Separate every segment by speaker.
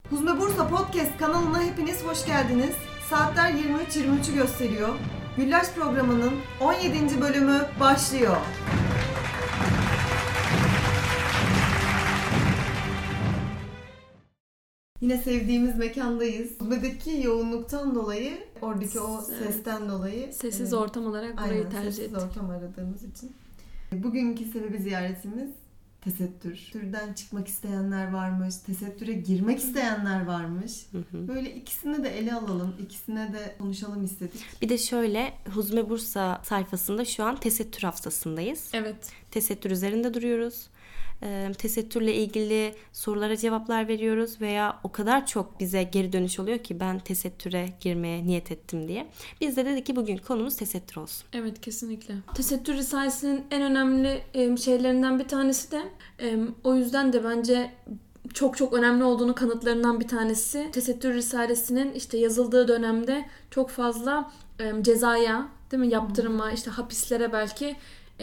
Speaker 1: Huzme Bursa Podcast kanalına hepiniz hoş geldiniz. Saatler 23.23'ü gösteriyor. Güllaç programının 17. bölümü başlıyor. Yine sevdiğimiz mekandayız. Huzme'deki yoğunluktan dolayı, oradaki o sesten dolayı.
Speaker 2: Sessiz ortam olarak burayı tercih ettik.
Speaker 1: Sessiz ortam aradığımız için. Bugünkü sebebi ziyaretimiz tesettür. Türden çıkmak isteyenler varmış, tesettüre girmek isteyenler varmış. Böyle ikisini de ele alalım, ikisine de konuşalım istedik.
Speaker 3: Bir de şöyle, Huzme Bursa sayfasında şu an tesettür haftasındayız.
Speaker 2: Evet.
Speaker 3: Tesettür üzerinde duruyoruz. Tesettürle ilgili sorulara cevaplar veriyoruz veya o kadar çok bize geri dönüş oluyor ki ben tesettüre girmeye niyet ettim diye. Biz de dedik ki bugün konumuz tesettür olsun.
Speaker 2: Evet, kesinlikle. Tesettür Risalesi'nin en önemli şeylerinden bir tanesi de o yüzden de bence çok çok önemli olduğunu kanıtlarından bir tanesi. Tesettür Risalesi'nin işte yazıldığı dönemde çok fazla cezaya, değil mi, yaptırıma, işte hapislere belki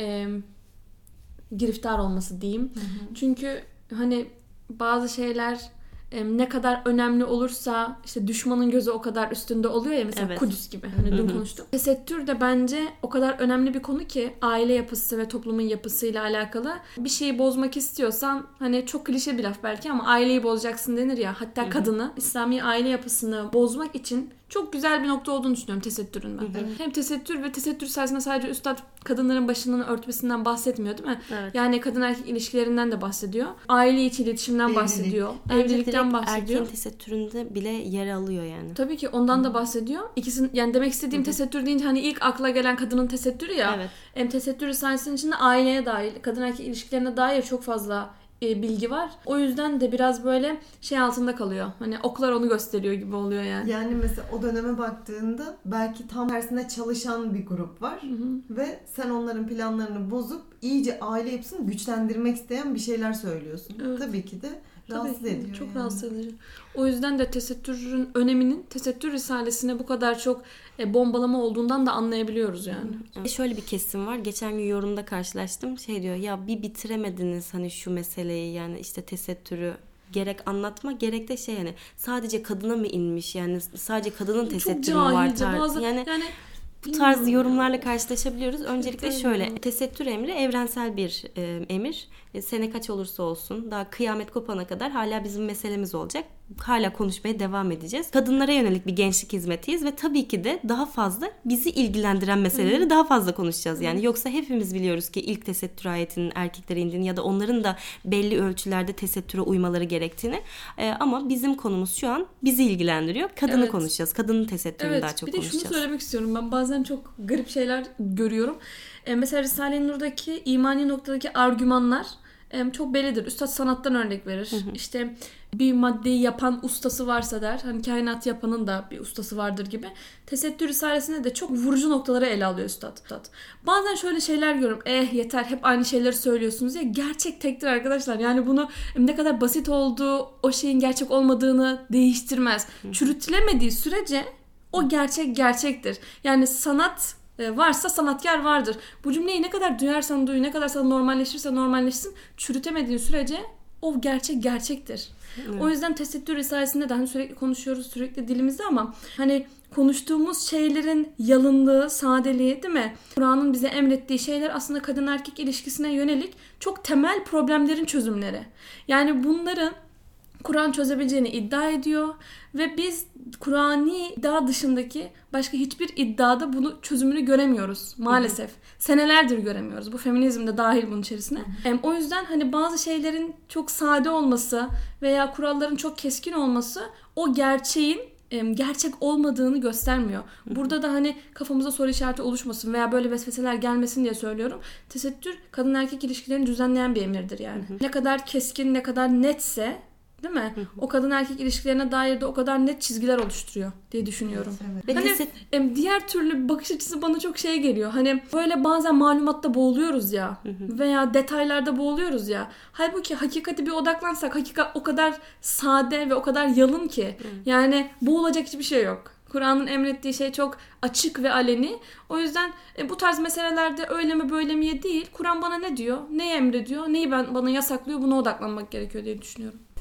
Speaker 2: giriftar olması diyeyim. Çünkü hani bazı şeyler ne kadar önemli olursa işte düşmanın gözü o kadar üstünde oluyor ya, mesela evet. Kudüs gibi. Hani dün konuştuk. Tesettür de bence o kadar önemli bir konu ki aile yapısı ve toplumun yapısıyla alakalı. Bir şeyi bozmak istiyorsan, hani çok klişe bir laf belki ama aileyi bozacaksın denir ya. Hatta kadını, İslami aile yapısını bozmak için çok güzel bir nokta olduğunu düşünüyorum tesettürün ben. Hem tesettür ve tesettür sayesinde sadece üstad kadınların başının örtmesinden bahsetmiyor, değil mi? Evet. Yani kadın erkek ilişkilerinden de bahsediyor. Aile içi iletişimden bahsediyor. Evlilikten bahsediyor.
Speaker 3: Erkeğin tesettüründe bile yer alıyor yani.
Speaker 2: Tabii ki ondan da bahsediyor. İkisinin, yani demek istediğim tesettür deyince hani ilk akla gelen kadının tesettürü ya. Evet. Tesettür risalesinin içinde aileye dair, kadın erkek ilişkilerine dair çok fazla bilgi var. O yüzden de biraz böyle şey altında kalıyor. Hani oklar onu gösteriyor gibi oluyor yani.
Speaker 1: Yani mesela o döneme baktığında belki tam tersine çalışan bir grup var. Ve sen onların planlarını bozup iyice aile yapısını güçlendirmek isteyen bir şeyler söylüyorsun. Evet. Tabii ki de rahatsız ediyor.
Speaker 2: Çok rahatsız edici. O yüzden de tesettürün öneminin tesettür risalesine bu kadar çok bombalama olduğundan da anlayabiliyoruz yani.
Speaker 3: Şöyle bir kesim var. Geçen gün yorumda karşılaştım. Şey diyor ya, bir bitiremediniz hani şu meseleyi, yani işte tesettürü gerek anlatma gerek de şey, yani sadece kadına mı inmiş, yani sadece kadının tesettürü mü var yani bu tarz yorumlarla karşılaşabiliyoruz. Öncelikle şöyle, tesettür emri evrensel bir emir. Sene kaç olursa olsun, daha kıyamet kopana kadar hala bizim meselemiz olacak. Hala konuşmaya devam edeceğiz. Kadınlara yönelik bir gençlik hizmetiyiz ve tabii ki de daha fazla bizi ilgilendiren meseleleri daha fazla konuşacağız. Yani yoksa hepimiz biliyoruz ki ilk tesettür ayetinin erkeklere indiğini ya da onların da belli ölçülerde tesettüre uymaları gerektiğini. Ama bizim konumuz şu an bizi ilgilendiriyor. Kadını konuşacağız. Kadının tesettürünü daha çok konuşacağız.
Speaker 2: Bir de şunu söylemek istiyorum. Ben bazen çok garip şeyler görüyorum. Mesela Risale-i Nur'daki imani noktadaki argümanlar çok bellidir. Üstad sanattan örnek verir. İşte bir maddeyi yapan ustası varsa der. Hani kainat yapanın da bir ustası vardır gibi. Tesettür risalesinde de çok vurucu noktaları ele alıyor üstad. Bazen şöyle şeyler görüyorum. Yeter, hep aynı şeyleri söylüyorsunuz ya. Gerçek tektir arkadaşlar. Yani bunu ne kadar basit olduğu o şeyin gerçek olmadığını değiştirmez. Çürütülemediği sürece o gerçektir. Yani sanat varsa sanatkar vardır. Bu cümleyi ne kadar duyarsan duy, ne kadar sana normalleşirse normalleşsin, çürütemediğin sürece o gerçektir. Evet. O yüzden tesettür risalesinde de hani sürekli konuşuyoruz, sürekli dilimizde, ama hani konuştuğumuz şeylerin yalınlığı, sadeliği, değil mi? Kur'an'ın bize emrettiği şeyler aslında kadın erkek ilişkisine yönelik çok temel problemlerin çözümleri. Yani bunların Kur'an çözebileceğini iddia ediyor ve biz Kur'ani iddia dışındaki başka hiçbir iddiada bunu çözümünü göremiyoruz maalesef. Senelerdir göremiyoruz. Bu feminizm de dahil bunun içerisine. O yüzden hani bazı şeylerin çok sade olması veya kuralların çok keskin olması o gerçeğin gerçek olmadığını göstermiyor. Burada da hani kafamıza soru işareti oluşmasın veya böyle vesveseler gelmesin diye söylüyorum. Tesettür kadın erkek ilişkilerini düzenleyen bir emirdir yani. Ne kadar keskin, ne kadar netse, değil mi? O kadın erkek ilişkilerine dair de o kadar net çizgiler oluşturuyor diye düşünüyorum. Evet. Hani diğer türlü bakış açısı bana çok şey geliyor. Hani böyle bazen malumatta boğuluyoruz ya veya detaylarda boğuluyoruz ya. Halbuki hakikati bir odaklansak, hakikat o kadar sade ve o kadar yalın ki. Yani boğulacak hiçbir şey yok. Kur'an'ın emrettiği şey çok açık ve aleni. O yüzden bu tarz meselelerde öyle mi böyle miye değil. Kur'an bana ne diyor, neyi emrediyor, neyi bana yasaklıyor, buna odaklanmak gerekiyor diye düşünüyorum.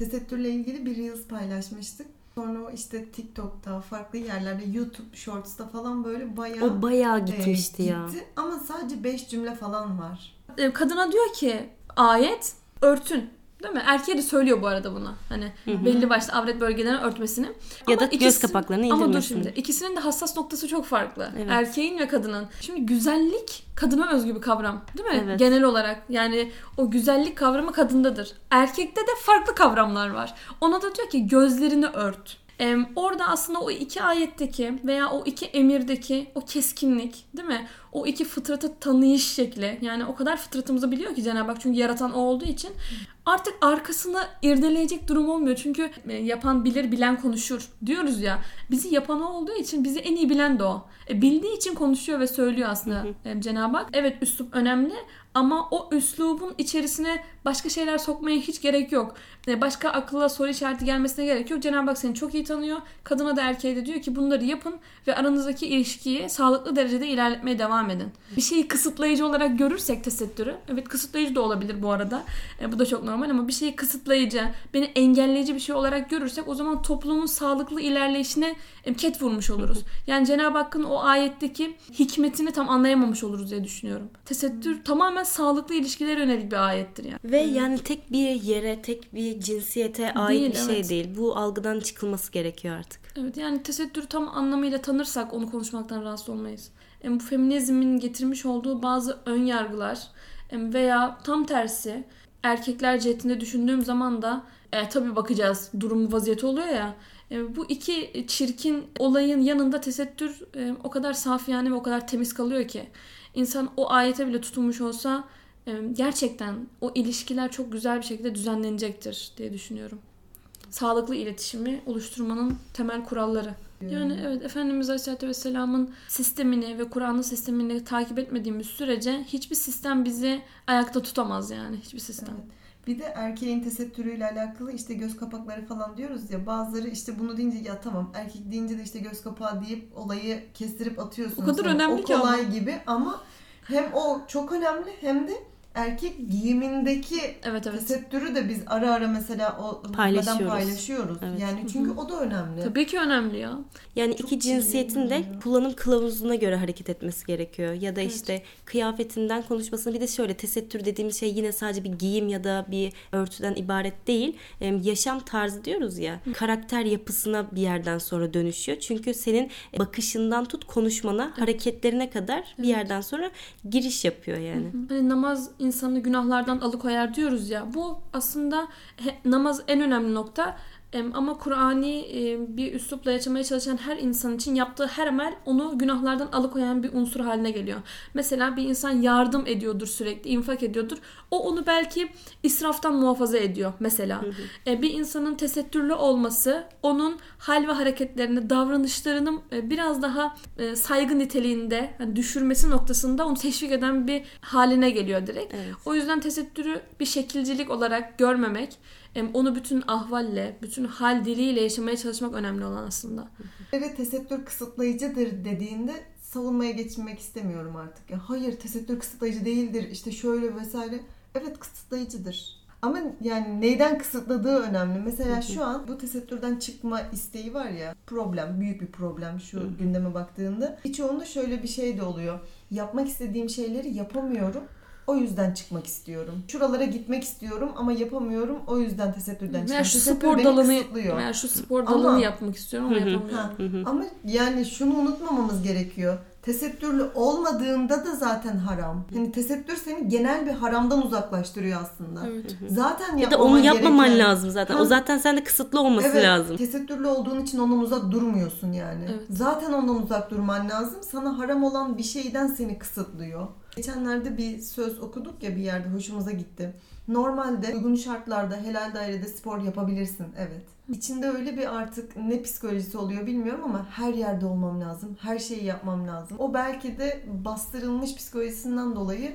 Speaker 1: tesettürle ilgili bir Reels paylaşmıştık. Sonra o işte TikTok'ta, farklı yerlerde, YouTube Shorts'ta falan böyle
Speaker 3: O bayağı gitmişti ya.
Speaker 1: Ama sadece 5 cümle falan var.
Speaker 2: Kadına diyor ki ayet örtün. Değil mi? Erkeğe de söylüyor bu arada bunu. Hani belli başlı avret bölgelerini örtmesini.
Speaker 3: Ya da göz kapaklarını indirmesini.
Speaker 2: Ama dur şimdi. İkisinin de hassas noktası çok farklı.
Speaker 3: Evet.
Speaker 2: Erkeğin ve kadının. Şimdi güzellik kadına özgü bir kavram. Değil mi?
Speaker 3: Evet.
Speaker 2: Genel olarak. Yani o güzellik kavramı kadındadır. Erkekte de farklı kavramlar var. Ona da diyor ki gözlerini ört. Orada aslında o iki ayetteki veya o iki emirdeki o keskinlik, değil mi? O iki fıtratı tanıyış şekli. Yani o kadar fıtratımızı biliyor ki Cenab-ı Hak, çünkü yaratan o olduğu için artık arkasını irdeleyecek durum olmuyor. Çünkü yapan bilir, bilen konuşur diyoruz ya. Bizi yapan o olduğu için bizi en iyi bilen de o. Bildiği için konuşuyor ve söylüyor aslında Cenab-ı Hak. Evet, üslup önemli ama o üslubun içerisine başka şeyler sokmaya hiç gerek yok. Başka akılla soru işareti gelmesine gerek yok. Cenab-ı Hak seni çok iyi tanıyor. Kadına da erkeğe de diyor ki bunları yapın ve aranızdaki ilişkiyi sağlıklı derecede ilerletmeye devam edin. Bir şeyi kısıtlayıcı olarak görürsek tesettürü, evet kısıtlayıcı da olabilir bu arada. Bu da çok normal ama bir şeyi kısıtlayıcı, beni engelleyici bir şey olarak görürsek o zaman toplumun sağlıklı ilerleyişine ket vurmuş oluruz. Yani Cenab-ı Hakk'ın o ayetteki hikmetini tam anlayamamış oluruz diye düşünüyorum. Tesettür tamamen sağlıklı ilişkilere yönelik bir ayettir yani.
Speaker 3: Ve yani tek bir yere, tek bir cinsiyete ait
Speaker 2: Değil,
Speaker 3: bir şey
Speaker 2: evet.
Speaker 3: değil. Bu algıdan çıkılması gerekiyor artık.
Speaker 2: Evet, yani tesettürü tam anlamıyla tanırsak onu konuşmaktan rahatsız olmayız. Bu feminizmin getirmiş olduğu bazı ön yargılar veya tam tersi erkekler cihetinde düşündüğüm zaman da tabii bakacağız, durum vaziyeti oluyor ya. Bu iki çirkin olayın yanında tesettür o kadar safiyane ve o kadar temiz kalıyor ki insan o ayete bile tutunmuş olsa gerçekten o ilişkiler çok güzel bir şekilde düzenlenecektir diye düşünüyorum. Sağlıklı iletişimi oluşturmanın temel kuralları. Yani evet, Efendimiz Aleyhisselatü Vesselam'ın sistemini ve Kur'an'ın sistemini takip etmediğimiz sürece hiçbir sistem bizi ayakta tutamaz yani. Hiçbir sistem.
Speaker 1: Evet. Bir de erkeğin tesettürüyle alakalı işte göz kapakları falan diyoruz ya, bazıları işte bunu deyince ya tamam, erkek deyince de işte göz kapağı deyip olayı kestirip atıyorsun.
Speaker 2: O kadar önemli
Speaker 1: o
Speaker 2: ki
Speaker 1: kolay
Speaker 2: ama.
Speaker 1: gibi ama hem o çok önemli hem de erkek giyimindeki
Speaker 2: Evet.
Speaker 1: tesettürü de biz ara ara mesela o paylaşıyoruz.
Speaker 3: Evet.
Speaker 1: Yani çünkü o da önemli.
Speaker 2: Tabii ki önemli ya.
Speaker 3: Yani
Speaker 1: Çok
Speaker 3: iki cinsiyetin de kullanım kılavuzuna göre hareket etmesi gerekiyor. Ya da işte kıyafetinden konuşmasını, bir de şöyle, tesettür dediğimiz şey yine sadece bir giyim ya da bir örtüden ibaret değil. Yaşam tarzı diyoruz ya. Karakter yapısına bir yerden sonra dönüşüyor. Çünkü senin bakışından tut konuşmana, hareketlerine kadar bir yerden sonra giriş yapıyor yani.
Speaker 2: Hani namaz insanı günahlardan alıkoyar diyoruz ya. Bu aslında namaz en önemli nokta. Ama Kur'ani bir üslupla yaşamaya çalışan her insan için yaptığı her amel onu günahlardan alıkoyan bir unsur haline geliyor. Mesela bir insan yardım ediyordur, sürekli infak ediyordur. O onu belki israftan muhafaza ediyor mesela. Bir insanın tesettürlü olması onun hal ve hareketlerini, davranışlarının biraz daha saygı niteliğinde, yani düşürmesi noktasında onu teşvik eden bir haline geliyor direkt.
Speaker 3: Evet.
Speaker 2: O yüzden tesettürü bir şekilcilik olarak görmemek, onu bütün ahvalle, bütün hal diliyle yaşamaya çalışmak önemli olan aslında.
Speaker 1: Evet, tesettür kısıtlayıcıdır dediğinde savunmaya geçinmek istemiyorum artık. Ya hayır, tesettür kısıtlayıcı değildir, işte şöyle vesaire. Evet, kısıtlayıcıdır. Ama yani neyden kısıtladığı önemli. Mesela şu an bu tesettürden çıkma isteği var ya, problem, büyük bir problem şu gündeme baktığında. Birçoğunda şöyle bir şey de oluyor. Yapmak istediğim şeyleri yapamıyorum. O yüzden çıkmak istiyorum. Şuralara gitmek istiyorum ama yapamıyorum. O yüzden tesettürden çıkıyorum.
Speaker 2: Veya şu
Speaker 1: Tesettür
Speaker 2: spor
Speaker 1: beni
Speaker 2: dalını,
Speaker 1: kısıtlıyor.
Speaker 2: veya şu spor dalını yapmak istiyorum ama yapamıyorum.
Speaker 1: Ama yani şunu unutmamamız gerekiyor. Tesettürlü olmadığında da zaten haram. Yani tesettür seni genel bir haramdan uzaklaştırıyor aslında.
Speaker 2: Evet.
Speaker 1: Zaten
Speaker 3: Ya da onu yapmaman
Speaker 1: gereken
Speaker 3: lazım zaten. O zaten sende kısıtlı olması lazım.
Speaker 1: Tesettürlü olduğun için ondan uzak durmuyorsun yani.
Speaker 2: Evet.
Speaker 1: Zaten ondan uzak durman lazım. Sana haram olan bir şeyden seni kısıtlıyor. Geçenlerde bir söz okuduk ya bir yerde, hoşumuza gitti. Normalde uygun şartlarda helal dairede spor yapabilirsin, evet. İçinde öyle bir artık ne psikolojisi oluyor bilmiyorum ama her yerde olmam lazım, her şeyi yapmam lazım. O belki de bastırılmış psikolojisinden dolayı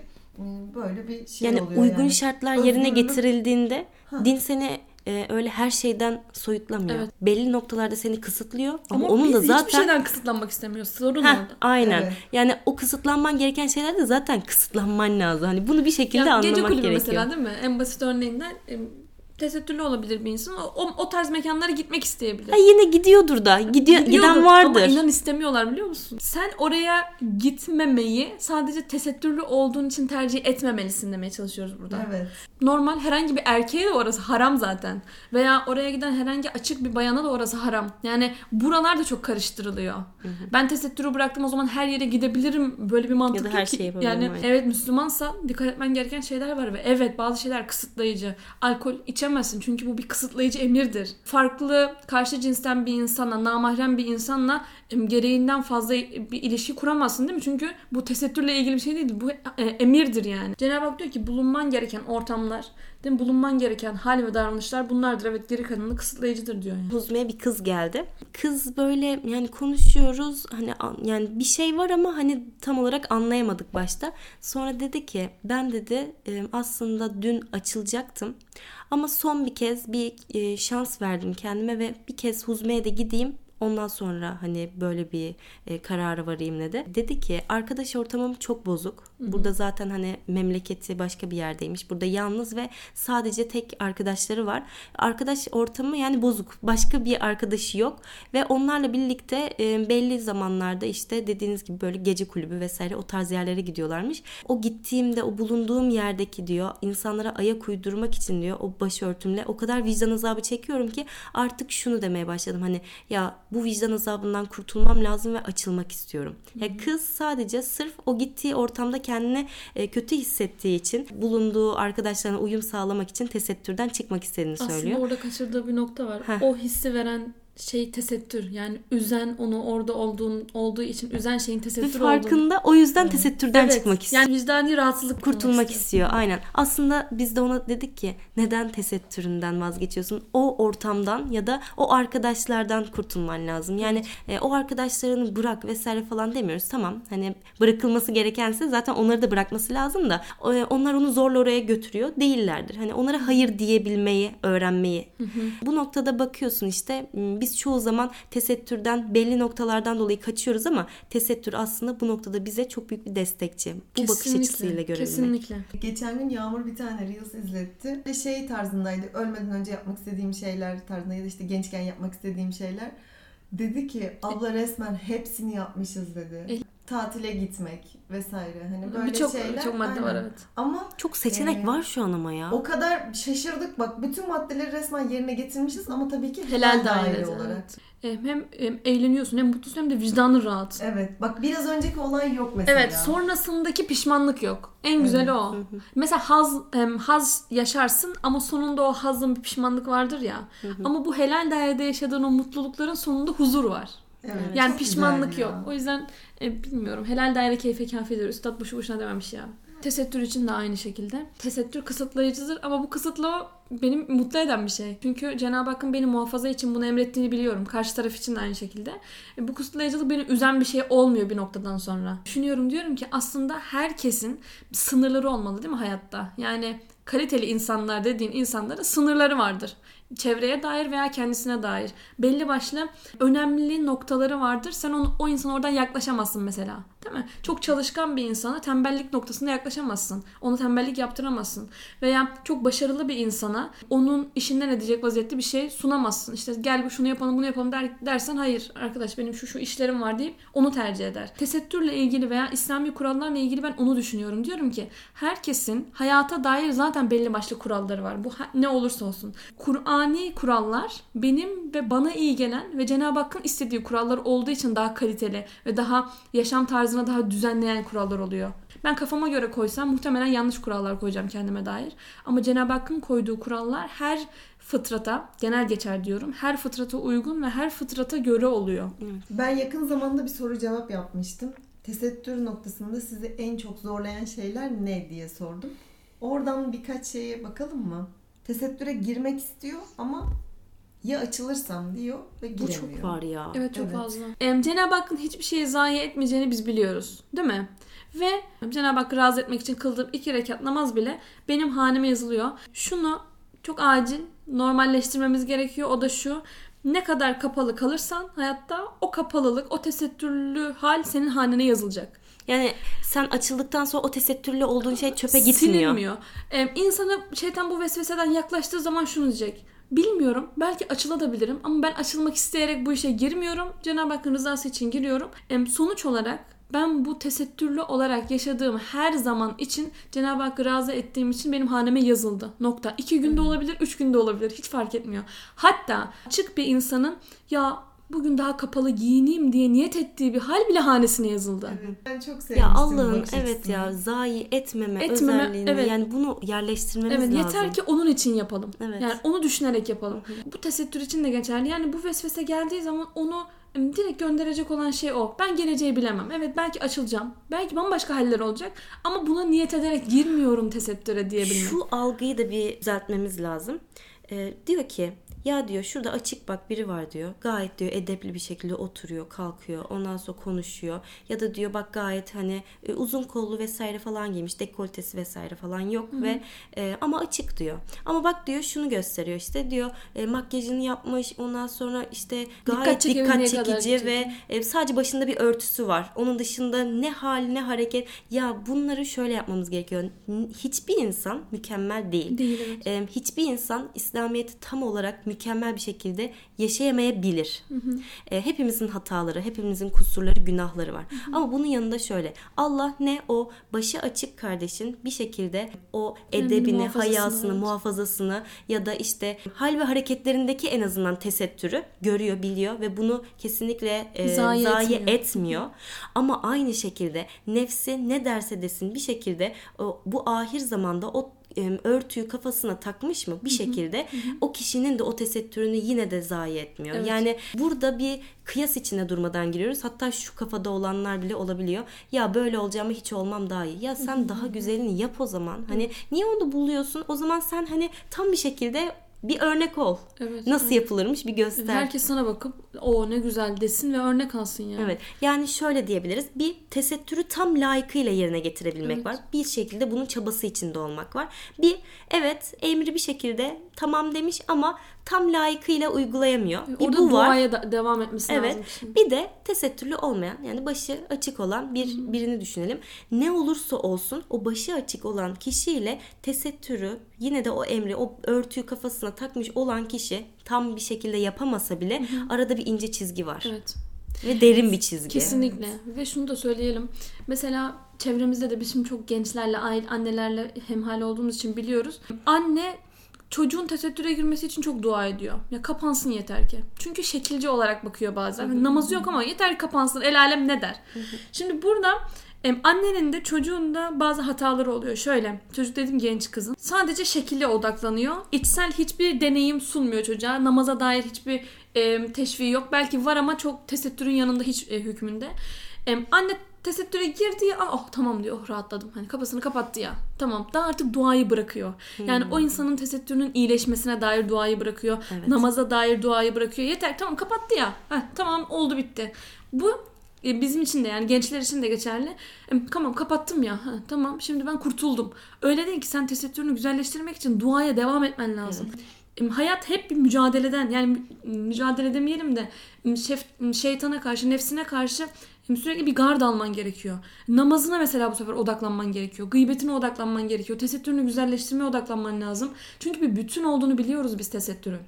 Speaker 1: böyle bir şey
Speaker 3: yani
Speaker 1: oluyor.
Speaker 3: Uygun şartlar yerine getirildiğinde din seni öyle her şeyden soyutlamıyor.
Speaker 2: Evet.
Speaker 3: Belli noktalarda seni kısıtlıyor ama
Speaker 2: Ama
Speaker 3: onun
Speaker 2: biz
Speaker 3: da zaten
Speaker 2: hiçbir şeyden kısıtlanmak istemiyoruz. Sorun orada.
Speaker 3: Aynen.
Speaker 1: Evet.
Speaker 3: Yani o kısıtlanman gereken şeylerde zaten kısıtlanman lazım. Hani bunu bir şekilde
Speaker 2: Yani
Speaker 3: anlamak
Speaker 2: gece kulübü
Speaker 3: gerekiyor.
Speaker 2: mesela, değil mi? En basit örneğinden tesettürlü olabilir bir insan. O tarz mekanlara gitmek isteyebilir.
Speaker 3: Yine gidiyordur da. Giden vardır.
Speaker 2: Ama inan istemiyorlar, biliyor musun? Sen oraya gitmemeyi sadece tesettürlü olduğun için tercih etmemelisin demeye çalışıyoruz burada.
Speaker 1: Evet.
Speaker 2: Normal herhangi bir erkeğe de orası haram zaten. Veya oraya giden herhangi açık bir bayana da orası haram. Yani buralar da çok karıştırılıyor. Ben tesettürü bıraktım, o zaman her yere gidebilirim. Böyle bir mantık
Speaker 3: ya da her
Speaker 2: yok ki.
Speaker 3: şeyi yapabilirim.
Speaker 2: Yani evet, Müslümansa dikkat etmen gereken şeyler var ve evet, bazı şeyler kısıtlayıcı. Alkol içemezsin çünkü bu bir kısıtlayıcı emirdir. Farklı karşı cinsten bir insanla, namahrem bir insanla gereğinden fazla bir ilişki kuramazsın, değil mi? Çünkü bu tesettürle ilgili bir şey değil. Bu emirdir yani. Cenab-ı Hak diyor ki bulunman gereken ortamlar, değil mi? Bulunman gereken hal ve davranışlar bunlardır. Evet, geri kalanı kısıtlayıcıdır diyor yani.
Speaker 3: Huzme'ye bir kız geldi. Kız böyle yani konuşuyoruz. Hani yani bir şey var ama hani tam olarak anlayamadık başta. Sonra dedi ki ben dedi aslında dün açılacaktım. Ama son bir kez bir şans verdim kendime ve bir kez Huzme'ye de gideyim. Ondan sonra hani böyle bir karara varayım dedi. Dedi ki arkadaş ortamım çok bozuk. Burada zaten hani memleketi başka bir yerdeymiş. Burada yalnız ve sadece tek arkadaşları var. Arkadaş ortamı yani bozuk. Başka bir arkadaşı yok. Ve onlarla birlikte belli zamanlarda işte dediğiniz gibi böyle gece kulübü vesaire o tarz yerlere gidiyorlarmış. O gittiğimde o bulunduğum yerdeki diyor insanlara ayak uydurmak için diyor o başörtümle o kadar vicdan azabı çekiyorum ki artık şunu demeye başladım. Hani ya bu vicdan azabından kurtulmam lazım ve açılmak istiyorum. Ya kız sadece sırf o gittiği ortamda kendini kötü hissettiği için bulunduğu arkadaşlarına uyum sağlamak için tesettürden çıkmak istediğini söylüyor.
Speaker 2: Aslında orada kaçırdığı bir nokta var. O hissi veren şey tesettür. Yani üzen, onu orada olduğu için üzen şeyin tesettür olduğunu.
Speaker 3: Farkında, o yüzden tesettürden çıkmak istiyor.
Speaker 2: Yani vicdani rahatsızlık
Speaker 3: kurtulmak istiyor. Aynen. Aslında biz de ona dedik ki neden tesettüründen vazgeçiyorsun? O ortamdan ya da o arkadaşlardan kurtulman lazım. Yani o arkadaşlarını bırak vesaire falan demiyoruz. Tamam. Hani bırakılması gerekense zaten onları da bırakması lazım da onlar onu zorla oraya götürüyor değillerdir. Hani onlara hayır diyebilmeyi, öğrenmeyi. Bu noktada bakıyorsun işte biz çoğu zaman tesettürden belli noktalardan dolayı kaçıyoruz ama tesettür aslında bu noktada bize çok büyük bir destekçi. Bu bakış açısıyla görebilmek.
Speaker 2: Kesinlikle.
Speaker 1: Geçen gün Yağmur bir tane Reels izletti. Ve şey tarzındaydı. Ölmeden önce yapmak istediğim şeyler tarzında ya da işte gençken yapmak istediğim şeyler. Dedi ki abla resmen hepsini yapmışız dedi. Tatile gitmek vesaire. Hani böyle şeyler.
Speaker 2: Çok madde var evet.
Speaker 1: Ama
Speaker 3: çok seçenek var şu an ama ya.
Speaker 1: O kadar şaşırdık bak. Bütün maddeleri resmen yerine getirmişiz ama tabii ki
Speaker 2: helal daire olarak. Evet. Hem eğleniyorsun hem mutlusun hem de vicdanın rahat.
Speaker 1: Evet. Bak biraz önceki olay yok mesela.
Speaker 2: Evet. Sonrasındaki pişmanlık yok. En güzeli o. Mesela haz yaşarsın ama sonunda o hazın bir pişmanlık vardır ya. Ama bu helal dairede yaşadığın o mutlulukların sonunda huzur var.
Speaker 1: Evet,
Speaker 2: yani pişmanlık yok.
Speaker 1: Ya.
Speaker 2: O yüzden bilmiyorum. Helal daire keyfe kafidir. Üstad boşu boşuna dememiş ya. Tesettür için de aynı şekilde. Tesettür kısıtlayıcıdır ama bu kısıtlama beni mutlu eden bir şey. Çünkü Cenab-ı Hakk'ın beni muhafaza için bunu emrettiğini biliyorum. Karşı taraf için de aynı şekilde. Bu kısıtlayıcılık beni üzen bir şey olmuyor bir noktadan sonra. Diyorum ki aslında herkesin sınırları olmalı değil mi hayatta? Yani kaliteli insanlar dediğin insanların sınırları vardır. Çevreye dair veya kendisine dair. Belli başlı önemli noktaları vardır. Sen o insana oradan yaklaşamazsın mesela. Değil mi? Çok çalışkan bir insana tembellik noktasında yaklaşamazsın. Ona tembellik yaptıramazsın. Veya çok başarılı bir insana onun işinden edecek vaziyette bir şey sunamazsın. İşte gel şunu yapalım bunu yapalım dersen hayır arkadaş benim şu işlerim var deyip onu tercih eder. Tesettürle ilgili veya İslami kurallarla ilgili ben onu düşünüyorum. Diyorum ki herkesin hayata dair zaten belli başlı kuralları var. Bu ne olursa olsun. Kur'ani kurallar benim ve bana iyi gelen ve Cenab-ı Hakk'ın istediği kurallar olduğu için daha kaliteli ve daha yaşam tarzına daha düzenleyen kurallar oluyor. Ben kafama göre koysam muhtemelen yanlış kurallar koyacağım kendime dair. Ama Cenab-ı Hakk'ın koyduğu kurallar her fıtrata, genel geçer diyorum, her fıtrata uygun ve her fıtrata göre oluyor.
Speaker 1: Ben yakın zamanda bir soru cevap yapmıştım. Tesettür noktasında sizi en çok zorlayan şeyler ne diye sordum. Oradan birkaç şeye bakalım mı? Tesettüre girmek istiyor ama ya açılırsam diyor ve giremiyor.
Speaker 3: Bu çok var ya.
Speaker 2: Evet çok fazla. Cenab-ı Hakk'ın hiçbir şeyi zayi etmeyeceğini biz biliyoruz. Değil mi? Ve Cenab-ı Hakk'ı razı etmek için kıldığım 2 rekat namaz bile benim haneme yazılıyor. Şunu çok acil normalleştirmemiz gerekiyor. O da şu. Ne kadar kapalı kalırsan hayatta o kapalılık, o tesettürlü hal senin hanene yazılacak.
Speaker 3: Yani sen açıldıktan sonra o tesettürlü olduğun şey çöpe gitmiyor.
Speaker 2: Silinmiyor. İnsanı şeytan bu vesveseden yaklaştığı zaman şunu diyecek. Bilmiyorum. Belki açılabilirim ama ben açılmak isteyerek bu işe girmiyorum. Cenab-ı Hakk'ın rızası için giriyorum. Sonuç olarak ben bu tesettürlü olarak yaşadığım her zaman için Cenab-ı Hakk'ı razı ettiğim için benim haneme yazıldı. Nokta. 2 günde olabilir, 3 günde olabilir. Hiç fark etmiyor. Hatta açık bir insanın ya bugün daha kapalı giyineyim diye niyet ettiği bir hal bile hanesine yazıldı.
Speaker 1: Evet, ben çok sevmiştim.
Speaker 3: Ya Allah'ın
Speaker 1: evet
Speaker 3: ya zayi etmeme özelliğini
Speaker 2: evet.
Speaker 3: Yani bunu yerleştirmemiz lazım.
Speaker 2: Yeter ki onun için yapalım.
Speaker 3: Evet.
Speaker 2: Yani onu düşünerek yapalım. Bu tesettür için de geçerli. Yani bu vesvese geldiği zaman onu direkt gönderecek olan şey o. Ben geleceği bilemem. Evet belki açılacağım. Belki bambaşka haller olacak. Ama buna niyet ederek girmiyorum tesettüre diyebilmek.
Speaker 3: Şu algıyı da bir düzeltmemiz lazım. Diyor ki ya diyor şurada açık bak biri var diyor. Gayet diyor edepli bir şekilde oturuyor, kalkıyor. Ondan sonra konuşuyor. Ya da diyor bak gayet hani uzun kollu vesaire falan giymiş. Dekoltesi vesaire falan yok ve ama açık diyor. Ama bak diyor şunu gösteriyor işte diyor makyajını yapmış. Ondan sonra işte gayet dikkat çekici ve sadece başında bir örtüsü var. Onun dışında ne hal ne hareket. Ya bunları şöyle yapmamız gerekiyor. Hiçbir insan mükemmel değil.
Speaker 2: Değil, evet.
Speaker 3: Hiçbir insan İslamiyet'i tam olarak mükemmel bir şekilde yaşayamayabilir. Hepimizin hataları, hepimizin kusurları, günahları var. Ama bunun yanında şöyle. Allah ne o başı açık kardeşin bir şekilde o edebini, hayasını, muhafazasını ya da işte hal ve hareketlerindeki en azından tesettürü görüyor, biliyor ve bunu kesinlikle zayi etmiyor. Ama aynı şekilde nefsi ne derse desin bir şekilde bu ahir zamanda o örtüyü kafasına takmış mı bir şekilde o kişinin de o tesettürünü yine de zayi etmiyor. Evet. Yani burada bir kıyas içine durmadan giriyoruz. Hatta şu kafada olanlar bile olabiliyor. Ya böyle olacağımı hiç olmam daha iyi. Ya sen daha güzelini yap o zaman. Hani niye onu buluyorsun? O zaman sen hani tam bir şekilde bir örnek ol. Evet, nasıl yapılırmış bir göster.
Speaker 2: Herkes sana bakıp o ne güzel desin ve örnek alsın yani.
Speaker 3: Evet. Yani şöyle diyebiliriz. Bir tesettürü tam layıkıyla yerine getirebilmek var. Bir şekilde bunun çabası içinde olmak var. Bir evet emri bir şekilde tamam demiş ama tam layıkıyla uygulayamıyor.
Speaker 2: Orada
Speaker 3: bu
Speaker 2: duaya
Speaker 3: var.
Speaker 2: Devam etmesi lazım.
Speaker 3: Evet. Bir de tesettürlü olmayan yani başı açık olan birini düşünelim. Ne olursa olsun o başı açık olan kişiyle tesettürü yine de o emri, o örtüyü kafasına takmış olan kişi tam bir şekilde yapamasa bile arada bir ince çizgi var.
Speaker 2: Evet.
Speaker 3: Ve derin bir çizgi.
Speaker 2: Kesinlikle. Ve şunu da söyleyelim. Mesela çevremizde de biz şimdi çok gençlerle, annelerle hemhal olduğumuz için biliyoruz. Anne çocuğun tesettüre girmesi için çok dua ediyor. Ya kapansın yeter ki. Çünkü şekilci olarak bakıyor bazen. Namazı yok ama yeter ki kapansın. El alem ne der? Şimdi burada annenin de çocuğun da bazı hataları oluyor. Şöyle, çocuk dedim genç kızın. Sadece şekille odaklanıyor. İçsel hiçbir deneyim sunmuyor çocuğa. Namaza dair hiçbir teşviği yok. Belki var ama çok tesettürün yanında hiç hükmünde. Anne tesettüre girdi ya, tamam diyor, rahatladım. Hani kafasını kapattı ya. Tamam, daha artık duayı bırakıyor. Yani o insanın tesettürünün iyileşmesine dair duayı bırakıyor. Evet. Namaza dair duayı bırakıyor. Yeter, tamam kapattı ya. Tamam oldu bitti. Bu bizim için de yani gençler için de geçerli. Tamam kapattım ya. Tamam şimdi ben kurtuldum. Öyle değil ki, sen tesettürünü güzelleştirmek için duaya devam etmen lazım. Evet. Hayat hep bir mücadeleden, yani mücadele demeyelim de şeytana karşı, nefsine karşı sürekli bir gard alman gerekiyor. Namazına mesela bu sefer odaklanman gerekiyor. Gıybetine odaklanman gerekiyor. Tesettürünü güzelleştirmeye odaklanman lazım. Çünkü bir bütün olduğunu biliyoruz biz tesettürün.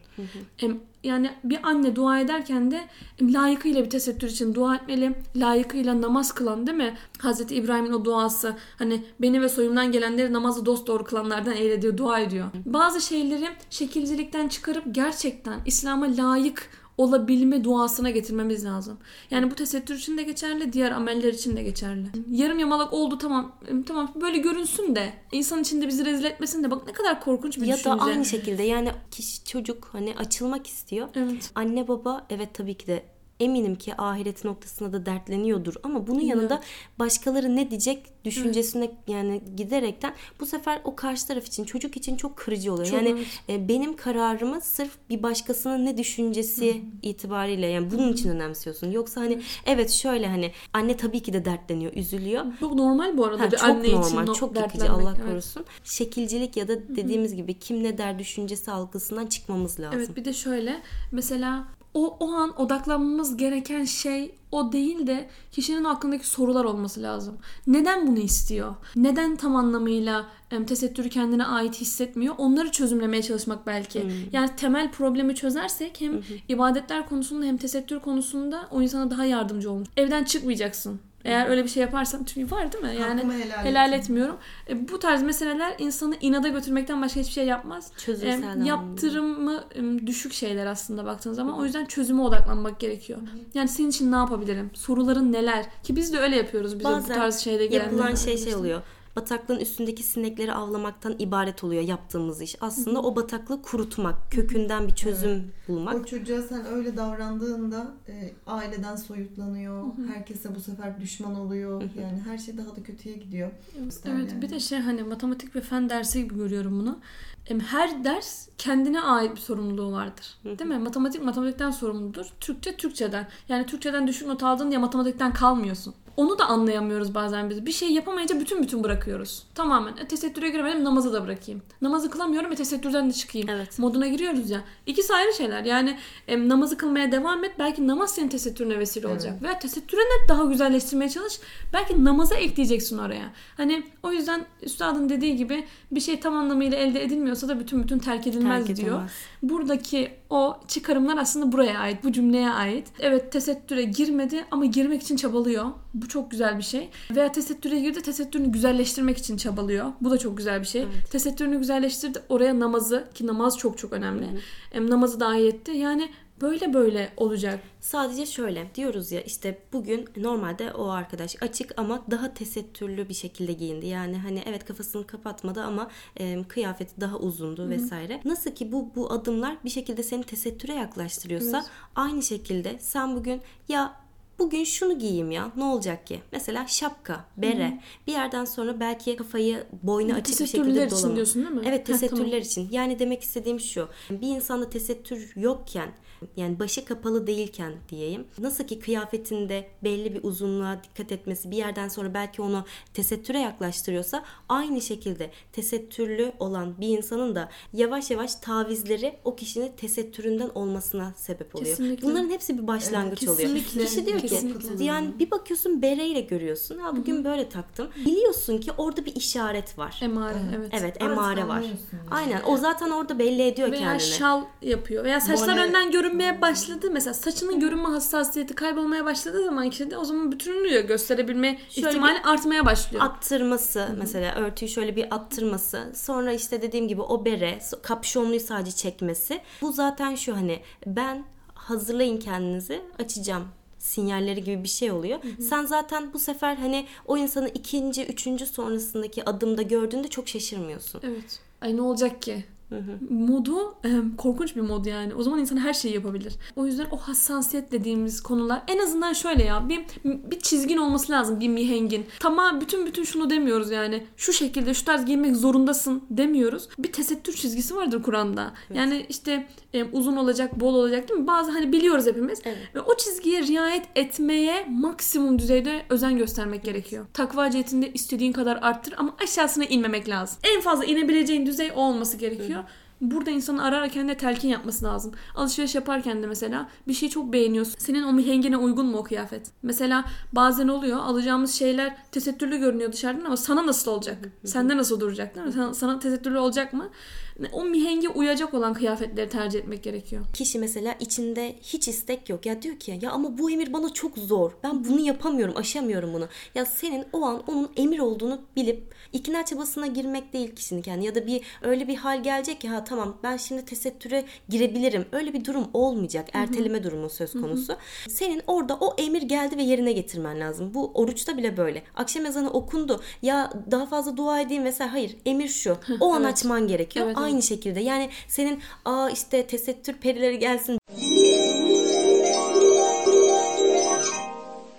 Speaker 2: Yani bir anne dua ederken de layıkıyla bir tesettür için dua etmeli. Layıkıyla namaz kılan, değil mi? Hazreti İbrahim'in o duası, hani beni ve soyumdan gelenleri namazı dosdoğru kılanlardan eyle diyor, dua ediyor. Bazı şeyleri şekilcilikten çıkarıp gerçekten İslam'a layık olabilme duasına getirmemiz lazım. Yani bu tesettür için de geçerli, diğer ameller için de geçerli. Yarım yamalak oldu, tamam böyle görünsün de insan içinde bizi rezil etmesin de, bak ne kadar korkunç bir düşünce.
Speaker 3: Ya da aynı şekilde yani çocuk hani açılmak istiyor. Evet. Anne baba evet tabii ki de eminim ki ahireti noktasında da dertleniyordur ama bunun yanında başkaları ne diyecek düşüncesine yani giderekten bu sefer o karşı taraf için, çocuk için çok kırıcı oluyor. Yani benim kararımı sırf bir başkasının ne düşüncesi itibariyle yani bunun için önemsiyorsun. Yoksa hani evet şöyle hani anne tabii ki de dertleniyor, üzülüyor.
Speaker 2: Çok normal bu arada.
Speaker 3: Çok anne normal, için çok yıkıcı, Allah korusun. Şekilcilik ya da dediğimiz gibi kim ne der düşüncesi algısından çıkmamız lazım.
Speaker 2: Evet, bir de şöyle mesela o an odaklanmamız gereken şey o değil de kişinin aklındaki sorular olması lazım. Neden bunu istiyor? Neden tam anlamıyla tesettürü kendine ait hissetmiyor? Onları çözümlemeye çalışmak belki. Yani temel problemi çözersek hem ibadetler konusunda hem tesettür konusunda o insana daha yardımcı olur. Evden çıkmayacaksın. Eğer öyle bir şey yaparsan, çünkü var değil mi? Yani helal etmiyorum. Bu tarz meseleler insanı inada götürmekten başka hiçbir şey yapmaz. Yaptırımı düşük şeyler aslında baktığınız zaman. O yüzden çözüme odaklanmak gerekiyor. Yani senin için ne yapabilirim? Soruların neler? Ki biz de öyle yapıyoruz. Bize bu tarz şeyde gelenler.
Speaker 3: Yapılan şey oluyor. Bataklığın üstündeki sinekleri avlamaktan ibaret oluyor yaptığımız iş. Aslında o bataklığı kurutmak, kökünden bir çözüm bulmak.
Speaker 1: O çocuğa sen öyle davrandığında aileden soyutlanıyor. Herkese bu sefer düşman oluyor. Yani her şey daha da kötüye gidiyor.
Speaker 2: Evet, yani. Bir de hani matematik ve fen dersi gibi görüyorum bunu. Her ders kendine ait bir sorumluluğu vardır. Değil mi? Matematikten sorumludur. Türkçe Türkçeden. Yani Türkçeden düşük not aldın diye matematikten kalmıyorsun. Onu da anlayamıyoruz bazen biz. Bir şey yapamayınca bütün bırakıyoruz. Tamamen. Tesettüre giremedim, namazı da bırakayım. Namazı kılamıyorum, tesettürden de çıkayım.
Speaker 3: Evet.
Speaker 2: Moduna giriyoruz ya. İkisi ayrı şeyler. Yani namazı kılmaya devam et. Belki namaz senin tesettürüne vesile olacak. Veya tesettürünü daha güzelleştirmeye çalış. Belki namaza ekleyeceksin oraya. Hani o yüzden üstadın dediği gibi bir şey tam anlamıyla elde edilmiyorsa da bütün terk edilmez diyor. Buradaki o çıkarımlar aslında buraya ait. Bu cümleye ait. Evet, tesettüre girmedi ama girmek için çabalıyor. Bu çok güzel bir şey. Veya tesettüre girdi, tesettürünü güzelleştirmek için çabalıyor. Bu da çok güzel bir şey. Evet. Tesettürünü güzelleştirdi. Oraya namazı, ki namaz çok önemli. Namazı dahil etti. Yani böyle olacak.
Speaker 3: Sadece şöyle diyoruz ya, işte bugün normalde o arkadaş açık ama daha tesettürlü bir şekilde giyindi. Yani hani evet, kafasını kapatmadı ama kıyafeti daha uzundu vesaire. Nasıl ki bu adımlar bir şekilde seni tesettüre yaklaştırıyorsa aynı şekilde sen bugün şunu giyeyim ya, ne olacak ki? Mesela şapka, bere. Bir yerden sonra belki kafayı boynu açık bir şekilde dolama.
Speaker 2: Tesettürler için diyorsun değil mi?
Speaker 3: Evet, tesettürler için. Yani demek istediğim şu. Bir insanda tesettür yokken, yani başı kapalı değilken diyeyim. Nasıl ki kıyafetinde belli bir uzunluğa dikkat etmesi bir yerden sonra belki onu tesettüre yaklaştırıyorsa, aynı şekilde tesettürlü olan bir insanın da yavaş yavaş tavizleri o kişinin tesettüründen olmasına sebep oluyor. Kesinlikle. Bunların hepsi bir başlangıç oluyor. Kişi diyor ki, yani bir bakıyorsun bereyle görüyorsun. Bugün böyle taktım. Biliyorsun ki orada bir işaret var.
Speaker 2: Emare,
Speaker 3: evet, emare var. Aynen, o zaten orada belli ediyor kendini.
Speaker 2: Veya şal yapıyor. Veya saçlar önden görünmeye başladı. Mesela saçının görünme hassasiyeti kaybolmaya başladığı zaman kişide, o zaman bütününü gösterebilme ihtimali artmaya başlıyor.
Speaker 3: Attırması mesela, örtüyü şöyle bir attırması. Sonra işte dediğim gibi o bere, kapşonluyu sadece çekmesi. Bu zaten şu, hani ben hazırlayın kendinizi, açacağım sinyalleri gibi bir şey oluyor. Sen zaten bu sefer hani o insanı ikinci, üçüncü sonrasındaki adımda gördüğünde çok şaşırmıyorsun.
Speaker 2: Evet. Ay ne olacak ki? Modu korkunç bir mod yani. O zaman insan her şeyi yapabilir. O yüzden o hassasiyet dediğimiz konular, en azından şöyle ya, bir çizgin olması lazım, bir mihengin. Tamam, bütün şunu demiyoruz yani. Şu şekilde şu tarz giymek zorundasın demiyoruz. Bir tesettür çizgisi vardır Kur'an'da. Evet. Yani işte uzun olacak, bol olacak değil mi? Bazı hani biliyoruz hepimiz. Evet. Ve o çizgiye riayet etmeye maksimum düzeyde özen göstermek gerekiyor. Takva cihetinde istediğin kadar arttır ama aşağısına inmemek lazım. En fazla inebileceğin düzey o olması gerekiyor. Burada insanın ara kendine telkin yapması lazım. Alışveriş yaparken de mesela bir şeyi çok beğeniyorsun. Senin o mihengine uygun mu o kıyafet? Mesela bazen oluyor, alacağımız şeyler tesettürlü görünüyor dışarıdan ama sana nasıl olacak? Sende nasıl duracak değil mi? Sana tesettürlü olacak mı? O mihenge uyacak olan kıyafetleri tercih etmek gerekiyor.
Speaker 3: Kişi mesela içinde hiç istek yok. Ya diyor ki ya ama bu emir bana çok zor. Ben bunu yapamıyorum, aşamıyorum bunu. Ya senin o an onun emir olduğunu bilip ikna çabasına girmek değil kişinin kendi. Ya da öyle bir hal gelecek ki tamam ben şimdi tesettüre girebilirim. Öyle bir durum olmayacak. Erteleme durumu söz konusu. Senin orada o emir geldi ve yerine getirmen lazım. Bu oruçta bile böyle. Akşam ezanı okundu. Ya daha fazla dua edeyim vesaire. Hayır, emir şu. O an açman gerekiyor. Evet. Aynı şekilde. Yani senin işte tesettür perileri gelsin, böyle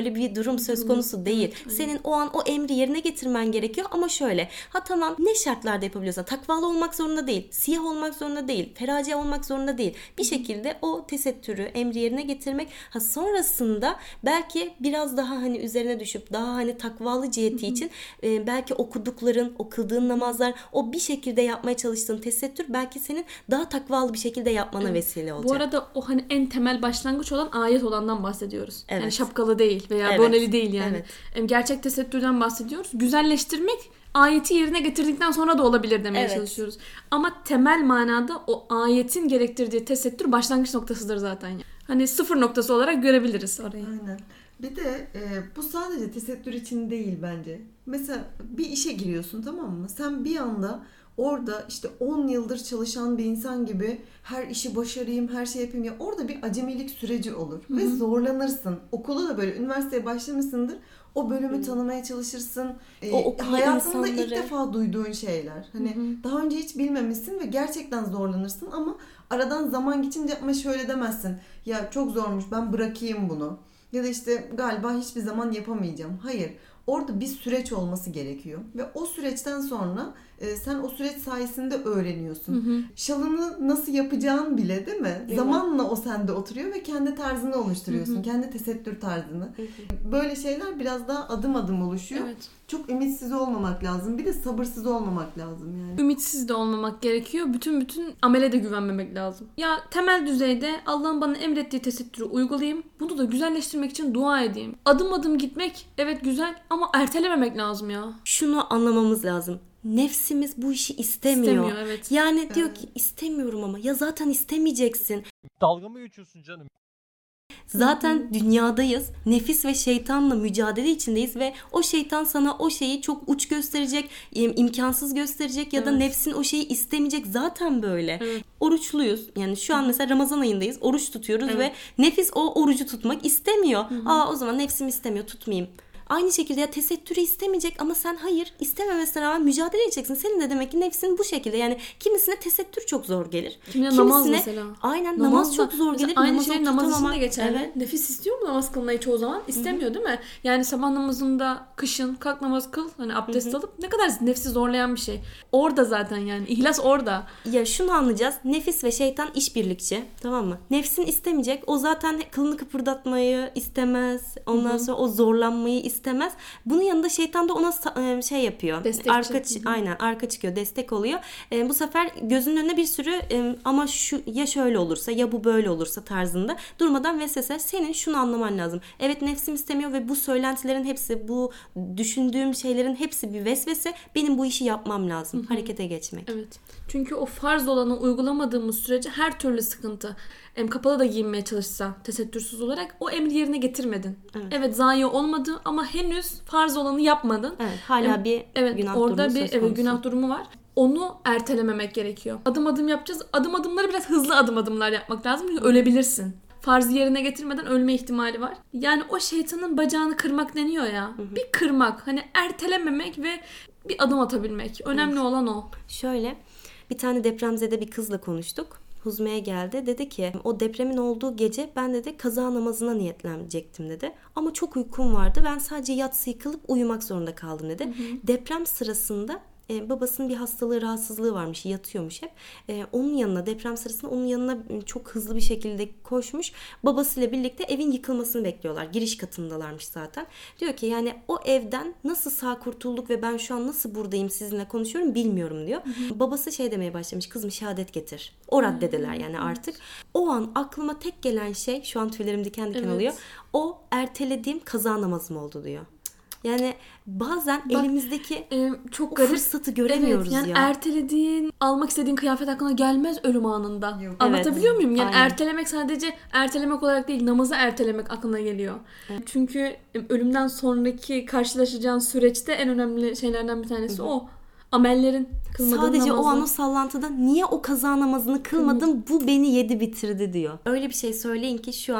Speaker 3: öyle bir durum söz konusu değil.
Speaker 2: Evet,
Speaker 3: Senin o an o emri yerine getirmen gerekiyor ama şöyle. Ha tamam, ne şartlarda yapabiliyorsan, takvalı olmak zorunda değil, siyah olmak zorunda değil, feraci olmak zorunda değil. Bir şekilde o tesettürü, emri yerine getirmek. Ha sonrasında belki biraz daha hani üzerine düşüp daha hani takvalı ciheti için belki okudukların, o kıldığın namazlar, o bir şekilde yapmaya çalıştığın tesettür belki senin daha takvalı bir şekilde yapmana vesile olacak.
Speaker 2: Bu arada o hani en temel başlangıç olan ayet olandan bahsediyoruz.
Speaker 3: Evet.
Speaker 2: Yani şapkalı değil veya
Speaker 3: Evet.
Speaker 2: boneli değil yani.
Speaker 3: Evet.
Speaker 2: Gerçek tesettürden bahsediyoruz. Güzelleştirmek ayeti yerine getirdikten sonra da olabilir demeye
Speaker 3: Evet.
Speaker 2: çalışıyoruz. Ama temel manada o ayetin gerektirdiği tesettür başlangıç noktasıdır zaten. Yani. Hani sıfır noktası olarak görebiliriz orayı.
Speaker 1: Aynen. Bir de bu sadece tesettür için değil bence. Mesela bir işe giriyorsun, tamam mı? Sen bir anda orada işte 10 yıldır çalışan bir insan gibi her işi başarayım, her şey yapayım ya, orada bir acemilik süreci olur. Ve zorlanırsın. Okula da böyle, üniversiteye başlamışsındır. O bölümü tanımaya çalışırsın.
Speaker 3: O okulu,
Speaker 1: hayatında ilk
Speaker 3: insanları.
Speaker 1: defa duyduğun şeyler. Hani daha önce hiç bilmemişsin ve gerçekten zorlanırsın ama aradan zaman geçince ama şöyle demezsin. Ya çok zormuş, ben bırakayım bunu. Ya da işte galiba hiçbir zaman yapamayacağım. Hayır. Orada bir süreç olması gerekiyor. Ve o süreçten sonra sen o süreç sayesinde öğreniyorsun. Şalını nasıl yapacağın bile, değil mi?
Speaker 3: Değil
Speaker 1: Zamanla o sende oturuyor ve kendi tarzını oluşturuyorsun. Kendi tesettür tarzını. Böyle şeyler biraz daha adım adım oluşuyor.
Speaker 2: Evet.
Speaker 1: Çok ümitsiz olmamak lazım. Bir de sabırsız olmamak lazım yani.
Speaker 2: Ümitsiz de olmamak gerekiyor. Bütün amele de güvenmemek lazım. Ya temel düzeyde Allah'ın bana emrettiği tesettürü uygulayayım. Bunu da güzelleştirmek için dua edeyim. Adım adım gitmek evet güzel ama ertelememek lazım ya.
Speaker 3: Şunu anlamamız lazım. Nefsimiz bu işi istemiyor.
Speaker 2: Evet.
Speaker 3: Yani diyor ki istemiyorum ama ya zaten istemeyeceksin.
Speaker 4: Dalga mı geçiyorsun canım?
Speaker 3: Zaten dünyadayız. Nefis ve şeytanla mücadele içindeyiz ve o şeytan sana o şeyi çok uç gösterecek, imkansız gösterecek ya da nefsin o şeyi istemeyecek. Zaten böyle.
Speaker 2: Evet.
Speaker 3: Oruçluyuz. Yani şu an mesela Ramazan ayındayız. Oruç tutuyoruz ve nefis o orucu tutmak istemiyor. O zaman nefsim istemiyor, tutmayayım. Aynı şekilde ya tesettürü istemeyecek ama sen hayır, istememesine rağmen mücadele edeceksin. Senin de demek ki nefsin bu şekilde. Yani kimisine tesettür çok zor gelir.
Speaker 2: Kimine namaz mesela.
Speaker 3: Aynen namaz çok zor gelir.
Speaker 2: Aynı şey namaz için de geçerli.
Speaker 3: Evet.
Speaker 2: Nefis istiyor mu namaz kılmayı çoğu zaman? İstemiyor değil mi? Yani sabah namazında kışın kalk namaz kıl. Hani abdest alıp ne kadar nefsi zorlayan bir şey. Orada zaten yani. İhlas orada.
Speaker 3: Ya şunu anlayacağız. Nefis ve şeytan işbirlikçi. Tamam mı? Nefsin istemeyecek. O zaten kılını kıpırdatmayı istemez. Ondan sonra o zorlanmayı istemez. Bunun yanında şeytan da ona şey yapıyor.
Speaker 2: Destekçi.
Speaker 3: Aynen arka çıkıyor. Destek oluyor. Bu sefer gözünün önüne bir sürü ama şu ya şöyle olursa ya bu böyle olursa tarzında durmadan vesvese. Senin şunu anlaman lazım. Evet nefsim istemiyor ve bu söylentilerin hepsi, bu düşündüğüm şeylerin hepsi bir vesvese. Benim bu işi yapmam lazım. Harekete geçmek.
Speaker 2: Evet. Çünkü o farz olanı uygulamadığımız sürece her türlü sıkıntı. Kapalı da giyinmeye çalışsa tesettürsüz olarak o emri yerine getirmedin. Evet zayi olmadı ama henüz farz olanı yapmadın.
Speaker 3: Evet, hala bir günah
Speaker 2: orada
Speaker 3: durumu söz konusu.
Speaker 2: günah durumu var. Onu ertelememek gerekiyor. Adım adım yapacağız. Adım adımları biraz hızlı adımlar yapmak lazım. Çünkü ölebilirsin. Farzı yerine getirmeden ölme ihtimali var. Yani o şeytanın bacağını kırmak deniyor ya. Bir kırmak. Hani ertelememek ve bir adım atabilmek. Önemli olan o.
Speaker 3: Şöyle bir tane depremzede bir kızla konuştuk. Huzme'ye geldi. Dedi ki o depremin olduğu gece ben dedi kaza namazına niyetlenecektim dedi. Ama çok uykum vardı. Ben sadece yatsıyı kılıp uyumak zorunda kaldım dedi. Deprem sırasında babasının bir hastalığı, rahatsızlığı varmış. Yatıyormuş hep. Onun yanına, deprem sırasında onun yanına çok hızlı bir şekilde koşmuş. Babasıyla birlikte evin yıkılmasını bekliyorlar. Giriş katındalarmış zaten. Diyor ki yani o evden nasıl sağ kurtulduk ve ben şu an nasıl buradayım sizinle konuşuyorum bilmiyorum diyor. Babası şey demeye başlamış. Kızım şehadet getir. O raddedeler yani artık. O an aklıma tek gelen şey, şu an tüylerim diken diken oluyor. O ertelediğim kaza namazım oldu diyor. Yani bazen elimizdeki
Speaker 2: çok
Speaker 3: o
Speaker 2: garip
Speaker 3: fırsatı göremiyoruz
Speaker 2: yani
Speaker 3: ya.
Speaker 2: Ertelediğin, almak istediğin kıyafet aklına gelmez ölüm anında.
Speaker 1: Yok.
Speaker 2: Anlatabiliyor muyum? Yani
Speaker 3: Aynen.
Speaker 2: ertelemek sadece ertelemek olarak değil, namazı ertelemek aklına geliyor. Çünkü ölümden sonraki karşılaşacağın süreçte en önemli şeylerden bir tanesi o. Amellerin kılmadığın
Speaker 3: Sadece
Speaker 2: namazı.
Speaker 3: o an o sallantıda niye o kaza namazını kılmadım, bu beni yedi bitirdi diyor. Öyle bir şey söyleyin ki şu an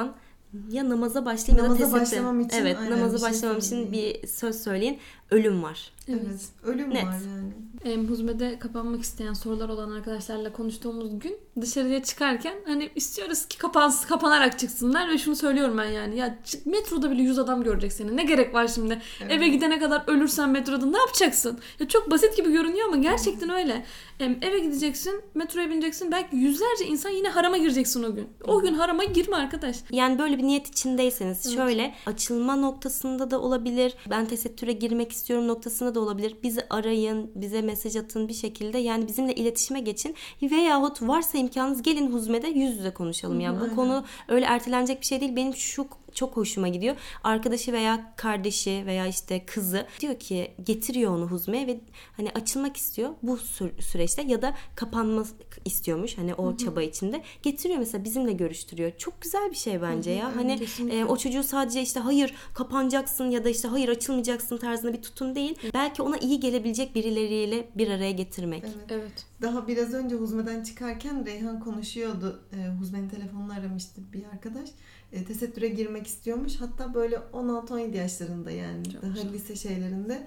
Speaker 3: Ya namaza başlayayım ya da
Speaker 1: Namaza
Speaker 3: tesettür.
Speaker 1: başlamam için,
Speaker 3: Evet,
Speaker 1: aynen,
Speaker 3: namaza
Speaker 1: bir şey
Speaker 3: başlamam için
Speaker 1: söyleyeyim.
Speaker 3: bir söz söyleyin. Ölüm var.
Speaker 1: Evet. Ölüm
Speaker 3: Net.
Speaker 1: var yani.
Speaker 2: Huzmede kapanmak isteyen sorular olan arkadaşlarla konuştuğumuz gün dışarıya çıkarken hani istiyoruz ki kapanarak çıksınlar ve şunu söylüyorum ben yani. Ya metroda bile 100 adam görecek seni. Ne gerek var şimdi?
Speaker 1: Evet.
Speaker 2: Eve gidene kadar ölürsen metroda ne yapacaksın? Ya çok basit gibi görünüyor ama gerçekten öyle. Eve gideceksin, metroya bineceksin. Belki yüzlerce insan yine harama gireceksin o gün. O gün harama girme arkadaş.
Speaker 3: Yani böyle bir niyet içindeyseniz şöyle açılma noktasında da olabilir. Ben tesettüre girmek istiyorum noktasında da olabilir. Bizi arayın, bize mesaj atın bir şekilde. Yani bizimle iletişime geçin. Veyahut varsa imkanınız gelin Huzme'de yüz yüze konuşalım. Yani bu konu öyle ertelenecek bir şey değil. Benim şu çok hoşuma gidiyor. Arkadaşı veya kardeşi veya işte kızı diyor ki getiriyor onu Huzme'ye ve hani açılmak istiyor bu süreçte ya da kapanmak istiyormuş hani o çaba içinde. Getiriyor mesela bizimle görüştürüyor. Çok güzel bir şey bence ya. Hani o çocuğu sadece işte hayır kapanacaksın ya da işte hayır açılmayacaksın tarzında bir tutum değil. Belki ona iyi gelebilecek birileriyle bir araya getirmek.
Speaker 2: Evet.
Speaker 1: Daha biraz önce Huzme'den çıkarken Reyhan konuşuyordu. Huzme'nin telefonunu aramıştı bir arkadaş. Tesettüre girmek istiyormuş. Hatta böyle 16-17 yaşlarında yani.
Speaker 2: Çok
Speaker 1: daha
Speaker 2: güzel.
Speaker 1: lise şeylerinde.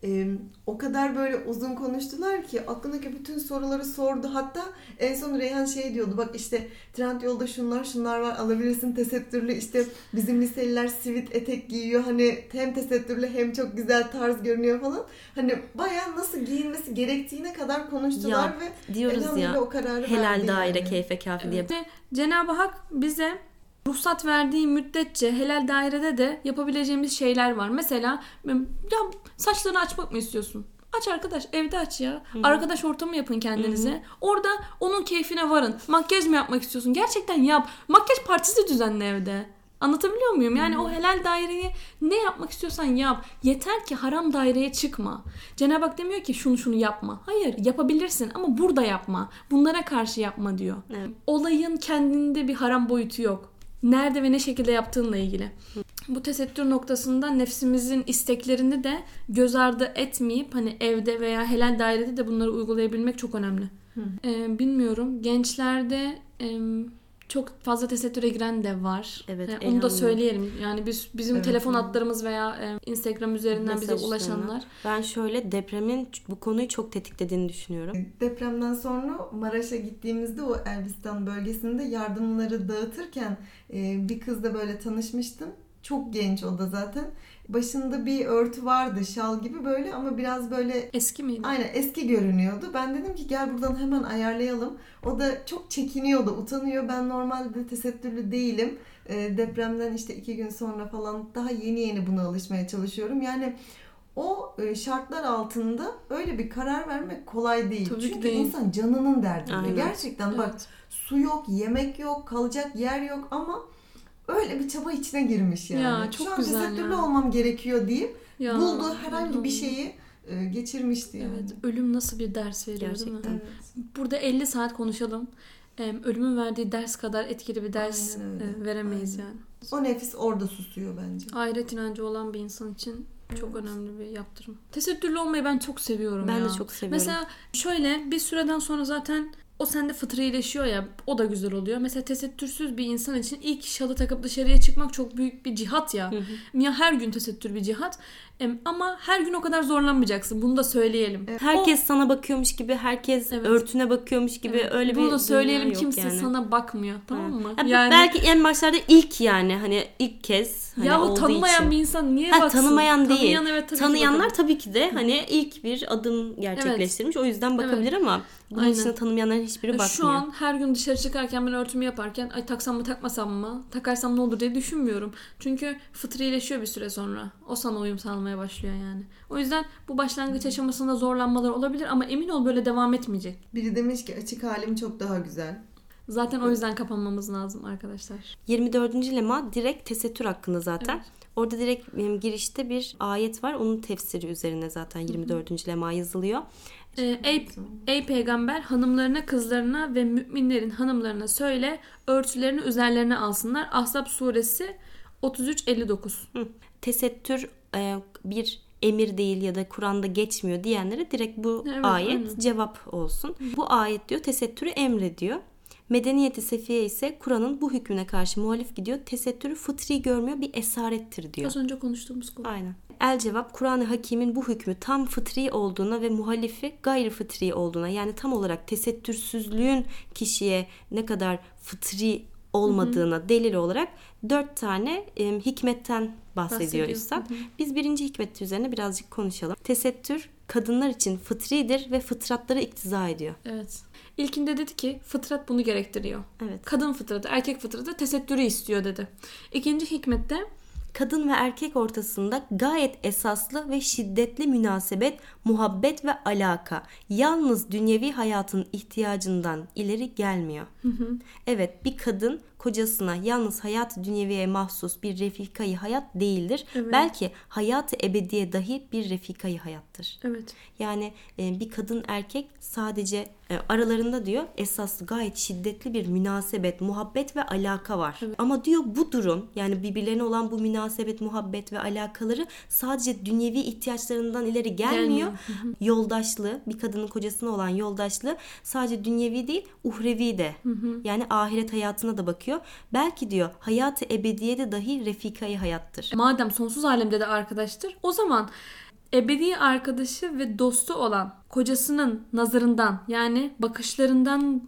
Speaker 1: O kadar böyle uzun konuştular ki aklındaki bütün soruları sordu. Hatta en son Reyhan şey diyordu. Bak işte Trendyol'da şunlar var alabilirsin tesettürlü. İşte bizim liseliler sivit etek giyiyor. Hani hem tesettürlü hem çok güzel tarz görünüyor falan. Hani bayağı nasıl giyinmesi gerektiğine kadar konuştular
Speaker 3: Ya,
Speaker 1: ve
Speaker 3: diyoruz
Speaker 1: elhamdülillah
Speaker 3: ya
Speaker 1: o kararı
Speaker 3: helal
Speaker 1: verdi
Speaker 3: daire
Speaker 1: yani.
Speaker 3: keyfe kafi diye.
Speaker 2: Ve Cenab-ı Hak bize ruhsat verdiği müddetçe helal dairede de yapabileceğimiz şeyler var. Mesela ya saçlarını açmak mı istiyorsun? Aç arkadaş, evde aç ya. Arkadaş ortamı yapın kendinize. Orada onun keyfine varın. Makyaj mı yapmak istiyorsun? Gerçekten yap. Makyaj partisi düzenle evde. Anlatabiliyor muyum? Yani o helal daireyi ne yapmak istiyorsan yap. Yeter ki haram daireye çıkma. Cenab-ı Hak demiyor ki şunu yapma. Hayır, yapabilirsin ama burada yapma. Bunlara karşı yapma diyor.
Speaker 3: Evet.
Speaker 2: Olayın kendinde bir haram boyutu yok. Nerede ve ne şekilde yaptığınla ilgili. Bu tesettür noktasında nefsimizin isteklerini de göz ardı etmeyip hani evde veya helal dairede de bunları uygulayabilmek çok önemli. Bilmiyorum. Gençlerde çok fazla tesettüre giren de var.
Speaker 3: Evet,
Speaker 2: Onu da
Speaker 3: elhamdülillah.
Speaker 2: söyleyelim. Yani bizim
Speaker 1: Evet,
Speaker 2: telefon
Speaker 1: evet.
Speaker 2: hatlarımız veya Instagram üzerinden bize
Speaker 3: Mesajlarına.
Speaker 2: ulaşanlar.
Speaker 3: Ben şöyle depremin bu konuyu çok tetiklediğini düşünüyorum.
Speaker 1: Depremden sonra Maraş'a gittiğimizde o Elbistan bölgesinde yardımları dağıtırken bir kızla böyle tanışmıştım. Çok genç o da zaten. Başında bir örtü vardı şal gibi böyle ama biraz böyle
Speaker 2: Eski miydi?
Speaker 1: aynen eski görünüyordu. Ben dedim ki gel buradan hemen ayarlayalım. O da çok çekiniyordu, utanıyor. Ben normalde tesettürlü değilim. Depremden işte 2 gün sonra falan daha yeni buna alışmaya çalışıyorum. Yani o şartlar altında öyle bir karar vermek kolay değil.
Speaker 2: Tabii ki
Speaker 1: Çünkü
Speaker 2: değil.
Speaker 1: insan canının derdinde.
Speaker 3: Aynen.
Speaker 1: Gerçekten bak
Speaker 2: Evet.
Speaker 1: su yok, yemek yok, kalacak yer yok ama öyle bir çaba içine girmiş yani.
Speaker 2: Ya, çok
Speaker 1: şu an
Speaker 2: güzel
Speaker 1: tesettürlü
Speaker 2: ya.
Speaker 1: olmam gerekiyor deyip
Speaker 2: Ya,
Speaker 1: bulduğu herhangi bir
Speaker 2: Allah.
Speaker 1: şeyi geçirmişti yani.
Speaker 2: Evet, ölüm nasıl bir ders veriyor
Speaker 3: Gerçekten.
Speaker 2: değil mi?
Speaker 1: Evet.
Speaker 2: Burada 50 saat konuşalım. Ölümün verdiği ders kadar etkili bir ders
Speaker 1: Aynen öyle.
Speaker 2: veremeyiz
Speaker 1: Aynen.
Speaker 2: yani.
Speaker 1: O nefis orada susuyor bence.
Speaker 2: Ahiret inancı olan bir insan için çok
Speaker 1: Evet.
Speaker 2: önemli bir yaptırım. Tesettürlü olmayı ben çok seviyorum
Speaker 3: Ben
Speaker 2: ya.
Speaker 3: de çok seviyorum.
Speaker 2: Mesela şöyle bir süreden sonra zaten o sende fıtrileşiyor ya, o da güzel oluyor. Mesela tesettürsüz bir insan için ilk şalı takıp dışarıya çıkmak çok büyük bir cihat ya. Ya her gün tesettür bir cihat. Ama her gün o kadar zorlanmayacaksın. Bunu da söyleyelim.
Speaker 3: Herkes sana bakıyormuş gibi, herkes
Speaker 2: Evet.
Speaker 3: örtüne bakıyormuş gibi
Speaker 2: Evet.
Speaker 3: öyle bir
Speaker 2: Bunu da
Speaker 3: dünya
Speaker 2: söyleyelim,
Speaker 3: yok
Speaker 2: kimse
Speaker 3: yani.
Speaker 2: sana bakmıyor. Tamam mı?
Speaker 3: Ha,
Speaker 2: Yani
Speaker 3: belki en başlarda ilk yani hani ilk kez hani
Speaker 2: yahu
Speaker 3: olduğu
Speaker 2: tanımayan
Speaker 3: için.
Speaker 2: bir insan niye baksın?
Speaker 3: Tanımayan değil.
Speaker 2: Tanıyan, evet, tabii ki
Speaker 3: Tanıyanlar
Speaker 2: bakabilir.
Speaker 3: tabii ki de hani ilk bir adım gerçekleştirmiş. O yüzden bakabilir ama bunun
Speaker 2: Aynen.
Speaker 3: dışında tanımayanların hiçbiri bakmıyor.
Speaker 2: Şu an her gün dışarı çıkarken ben örtümü yaparken ay taksam mı takmasam mı? Takarsam ne olur diye düşünmüyorum. Çünkü fıtrileşiyor bir süre sonra. O sana uyum sağlamaya başlıyor yani. O yüzden bu başlangıç aşamasında zorlanmalar olabilir ama emin ol böyle devam etmeyecek.
Speaker 1: Biri demiş ki açık halim çok daha güzel.
Speaker 2: Zaten o yüzden kapanmamız lazım arkadaşlar.
Speaker 3: 24. lema direkt tesettür hakkında zaten.
Speaker 2: Evet.
Speaker 3: Orada direkt girişte bir ayet var. Onun tefsiri üzerine zaten 24. lema yazılıyor.
Speaker 2: Ey peygamber, hanımlarına, kızlarına ve müminlerin hanımlarına söyle, örtülerini üzerlerine alsınlar. Ahzab suresi 33-59.
Speaker 3: Tesettür bir emir değil ya da Kur'an'da geçmiyor diyenlere direkt bu
Speaker 2: Evet,
Speaker 3: ayet
Speaker 2: aynen.
Speaker 3: cevap olsun. Bu ayet diyor tesettürü emrediyor. Medeniyeti Sefiye ise Kur'an'ın bu hükmüne karşı muhalif gidiyor. Tesettürü fıtri görmüyor, bir esarettir diyor.
Speaker 2: Az önce konuştuğumuz konu.
Speaker 3: Aynen. El cevap, Kur'an-ı Hakîm'in bu hükmü tam fıtri olduğuna ve muhalifi gayri fıtri olduğuna, yani tam olarak tesettürsüzlüğün kişiye ne kadar fıtri olmadığına delil olarak 4 tane hikmetten bahsediyor Üstad. Biz 1. hikmet üzerine birazcık konuşalım. Tesettür kadınlar için fıtridir ve fıtratları iktiza ediyor.
Speaker 2: Evet. İlkinde dedi ki fıtrat bunu gerektiriyor.
Speaker 3: Evet.
Speaker 2: Kadın fıtratı, erkek fıtratı tesettürü istiyor dedi. 2. hikmette
Speaker 3: kadın ve erkek ortasında gayet esaslı ve şiddetli münasebet, muhabbet ve alaka yalnız dünyevi hayatın ihtiyacından ileri gelmiyor. Evet, bir kadın kocasına yalnız hayat-ı dünyeviye mahsus bir refikayı hayat değildir.
Speaker 2: Evet.
Speaker 3: Belki hayat-ı ebediye dahi bir refikayı hayattır.
Speaker 2: evet.
Speaker 3: Yani bir kadın erkek sadece aralarında diyor esaslı gayet şiddetli bir münasebet, muhabbet ve alaka var.
Speaker 2: Evet.
Speaker 3: Ama diyor bu durum, yani birbirlerine olan bu münasebet, muhabbet ve alakaları sadece dünyevi ihtiyaçlarından ileri gelmiyor. Yoldaşlığı, bir kadının kocasına olan yoldaşlığı sadece dünyevi değil, uhrevi de. Yani ahiret hayatına da bakıyor. Belki diyor hayat-ı ebediyede dahi refikayı hayattır.
Speaker 2: Madem sonsuz alemde de arkadaştır, o zaman ebedi arkadaşı ve dostu olan kocasının nazarından, yani bakışlarından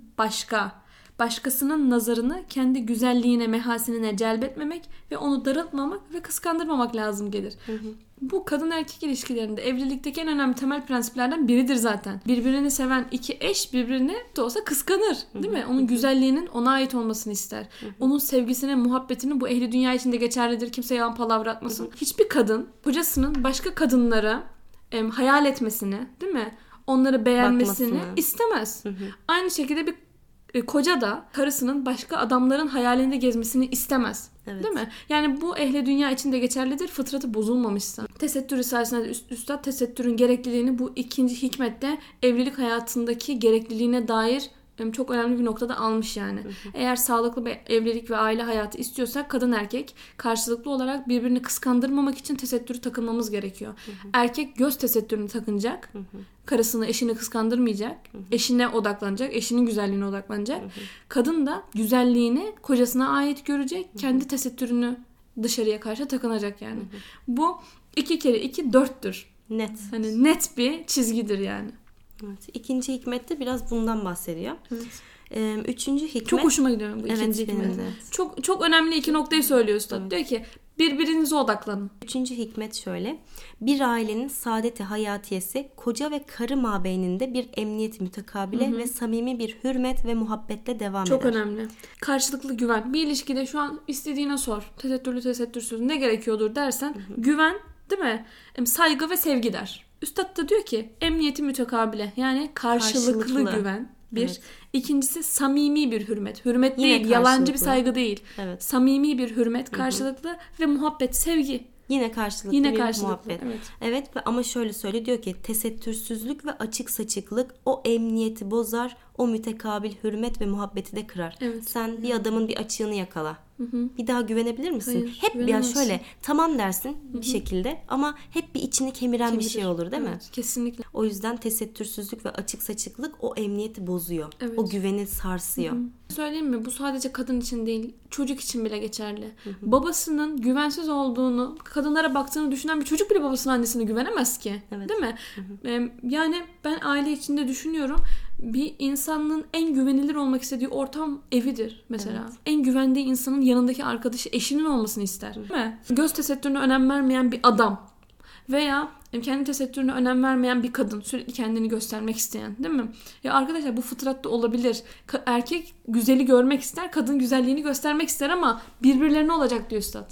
Speaker 2: başkasının nazarını kendi güzelliğine, mehasinine celbetmemek ve onu darıltmamak ve kıskandırmamak lazım gelir. Bu kadın erkek ilişkilerinde, evlilikteki en önemli temel prensiplerden biridir zaten. Birbirini seven iki eş birbirini de olsa kıskanır, değil mi? Onun güzelliğinin ona ait olmasını ister. Onun sevgisinin, muhabbetinin, bu ehli dünya içinde geçerlidir. Kimse yalan palavra atmasın. Hiçbir kadın kocasının başka kadınlara hayal etmesini, değil mi? Onları beğenmesini
Speaker 3: Bakmasını
Speaker 2: istemez. Aynı şekilde bir koca da karısının başka adamların hayalinde gezmesini istemez.
Speaker 3: Evet.
Speaker 2: Değil mi? Yani bu ehli dünya için de geçerlidir. Fıtratı bozulmamışsa. Tesettür risalesinde Üstad tesettürün gerekliliğini bu 2. hikmette evlilik hayatındaki gerekliliğine dair çok önemli bir noktada almış yani. Eğer sağlıklı bir evlilik ve aile hayatı istiyorsak kadın erkek karşılıklı olarak birbirini kıskandırmamak için tesettürü takınmamız gerekiyor. Erkek göz tesettürünü takınacak. Karısını, eşini kıskandırmayacak. Eşine odaklanacak. Eşinin güzelliğine odaklanacak. Kadın da güzelliğini kocasına ait görecek. Kendi tesettürünü dışarıya karşı takınacak yani. Bu 2 kere 2 4'tür.
Speaker 3: Net.
Speaker 2: Hani net bir çizgidir yani.
Speaker 3: Evet. 2. hikmette biraz bundan bahsediyor.
Speaker 2: Evet.
Speaker 3: 3. hikmet.
Speaker 2: Çok hoşuma gidiyor bu 2.
Speaker 3: Evet,
Speaker 2: hikmet.
Speaker 3: benim de.
Speaker 2: Çok önemli 2 noktayı söylüyor Üstad.
Speaker 3: Evet.
Speaker 2: Diyor ki birbirinize odaklanın.
Speaker 3: 3. hikmet şöyle. Bir ailenin saadeti hayatiyesi koca ve karı mabeyninde bir emniyet mütekabile ve samimi bir hürmet ve muhabbetle devam
Speaker 2: Çok
Speaker 3: eder.
Speaker 2: önemli. Karşılıklı güven. Bir ilişkide şu an istediğine sor. Tesettürlü tesettürsüz ne gerekiyordur dersen güven, değil mi? Saygı ve sevgi der. Üstad da diyor ki emniyeti mütekabile, yani karşılıklı güven. Bir.
Speaker 3: Evet.
Speaker 2: İkincisi samimi bir hürmet. Hürmet
Speaker 3: Yine
Speaker 2: değil, yalancı bir
Speaker 3: karşılıklı.
Speaker 2: saygı değil.
Speaker 3: Evet.
Speaker 2: Samimi bir hürmet, karşılıklı ve muhabbet, sevgi.
Speaker 3: Yine karşılıklı
Speaker 2: Yine
Speaker 3: bir
Speaker 2: karşılıklı.
Speaker 3: muhabbet.
Speaker 2: Evet.
Speaker 3: Evet, ama şöyle söylüyor, diyor ki tesettürsüzlük ve açık saçıklık o emniyeti bozar, o mütekabil hürmet ve muhabbeti de kırar.
Speaker 2: Evet.
Speaker 3: Sen bir adamın bir açığını yakala. Bir daha güvenebilir misin?
Speaker 2: Hayır,
Speaker 3: Hep ya
Speaker 2: güvenemezsin.
Speaker 3: şöyle tamam dersin bir şekilde ama hep bir içini kemiren bir şey olur, değil mi?
Speaker 2: Evet, kesinlikle.
Speaker 3: O yüzden tesettürsüzlük ve açık saçıklık o emniyeti bozuyor.
Speaker 2: Evet.
Speaker 3: O güveni sarsıyor.
Speaker 2: Söyleyeyim mi? Bu sadece kadın için değil, çocuk için bile geçerli. Babasının güvensiz olduğunu, kadınlara baktığını düşünen bir çocuk bile babasının annesine güvenemez ki.
Speaker 3: Evet.
Speaker 2: Değil mi? Yani ben aile içinde düşünüyorum. Bir insanın en güvenilir olmak istediği ortam evidir mesela.
Speaker 3: Evet.
Speaker 2: En güvendiği insanın yanındaki arkadaşı eşinin olmasını ister. Değil mi? Göz tesettürüne önem vermeyen bir adam veya kendi tesettürüne önem vermeyen bir kadın, sürekli kendini göstermek isteyen, değil mi? Ya arkadaşlar bu fıtratta olabilir. Erkek güzeli görmek ister, kadın güzelliğini göstermek ister ama birbirlerine olacak diyor Üstad.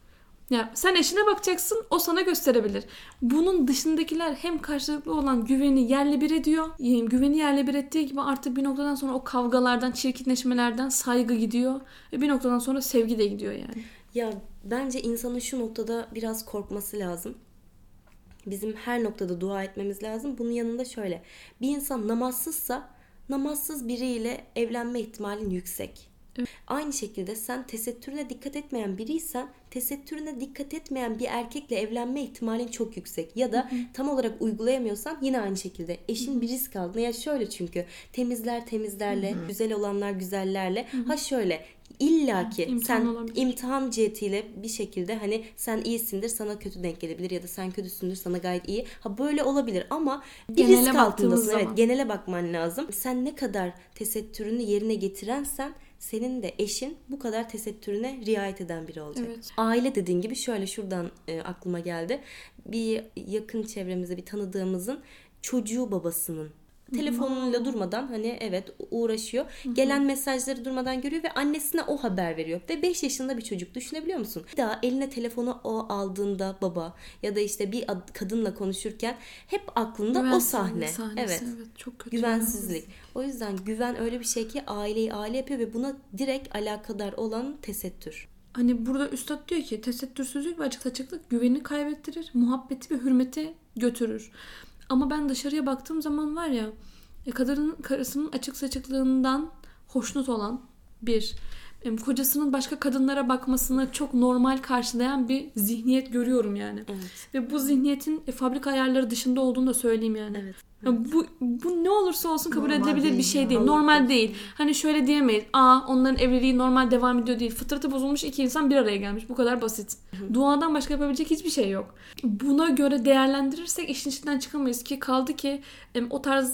Speaker 2: Ya sen eşine bakacaksın, o sana gösterebilir. Bunun dışındakiler hem karşılıklı olan güveni yerle bir ediyor. Güveni yerle bir ettiği gibi artık bir noktadan sonra o kavgalardan, çirkinleşmelerden saygı gidiyor. Ve bir noktadan sonra sevgi de gidiyor yani.
Speaker 3: Ya bence insanın şu noktada biraz korkması lazım. Bizim her noktada dua etmemiz lazım. Bunun yanında şöyle. Bir insan namazsızsa namazsız biriyle evlenme ihtimalin yüksek.
Speaker 2: Evet.
Speaker 3: Aynı şekilde sen tesettürüne dikkat etmeyen biriysen, tesettürüne dikkat etmeyen bir erkekle evlenme ihtimalin çok yüksek. Ya da tam olarak uygulayamıyorsan yine aynı şekilde eşin bir risk aldığında, ya şöyle, çünkü temizler temizlerle, güzel olanlar güzellerle, ha şöyle illaki
Speaker 2: İmtihan
Speaker 3: sen
Speaker 2: olabilir.
Speaker 3: imtihan cihetiyle bir şekilde hani sen iyisindir, sana kötü denk gelebilir, ya da sen kötüsündür, sana gayet iyi. Ha böyle olabilir ama bir
Speaker 2: Genele
Speaker 3: risk
Speaker 2: baktığımız
Speaker 3: altındasın. Evet,
Speaker 2: zaman.
Speaker 3: genele bakman lazım. Sen ne kadar tesettürünü yerine getirensen, senin de eşin bu kadar tesettürüne riayet eden biri olacak.
Speaker 2: Evet.
Speaker 3: Aile dediğin gibi, şöyle şuradan aklıma geldi. Bir yakın çevremizde bir tanıdığımızın çocuğu babasının telefonuyla durmadan hani evet uğraşıyor. Gelen mesajları durmadan görüyor ve annesine o haber veriyor. Ve 5 yaşında bir çocuk, düşünebiliyor musun? Bir daha eline telefonu o aldığında baba ya da işte bir kadınla konuşurken hep aklında o sahne.
Speaker 2: Evet. Çok kötü.
Speaker 3: Güvensizlik. O yüzden güven öyle bir şey ki aileyi aile yapıyor ve buna direkt alakadar olan tesettür.
Speaker 2: Hani burada üstad diyor ki tesettürsüzlük ve açık saçıklık güveni kaybettirir, muhabbeti ve hürmeti götürür. Ama ben dışarıya baktığım zaman var ya, karısının açık saçıklığından hoşnut olan bir, kocasının başka kadınlara bakmasını çok normal karşılayan bir zihniyet görüyorum yani.
Speaker 3: Evet.
Speaker 2: Ve bu zihniyetin fabrika ayarları dışında olduğunu da söyleyeyim yani.
Speaker 3: Evet.
Speaker 2: Ya bu ne olursa olsun kabul
Speaker 1: Normal
Speaker 2: edilebilir bir
Speaker 1: değil
Speaker 2: şey
Speaker 1: ya.
Speaker 2: değil.
Speaker 1: Allah
Speaker 2: Normal
Speaker 1: korusun.
Speaker 2: değil. Hani şöyle diyemeyiz. Onların evliliği normal devam ediyor değil. Fıtratı bozulmuş iki insan bir araya gelmiş. Bu kadar basit. Duadan başka yapabilecek hiçbir şey yok. Buna göre değerlendirirsek işin içinden çıkamayız ki, kaldı ki o tarz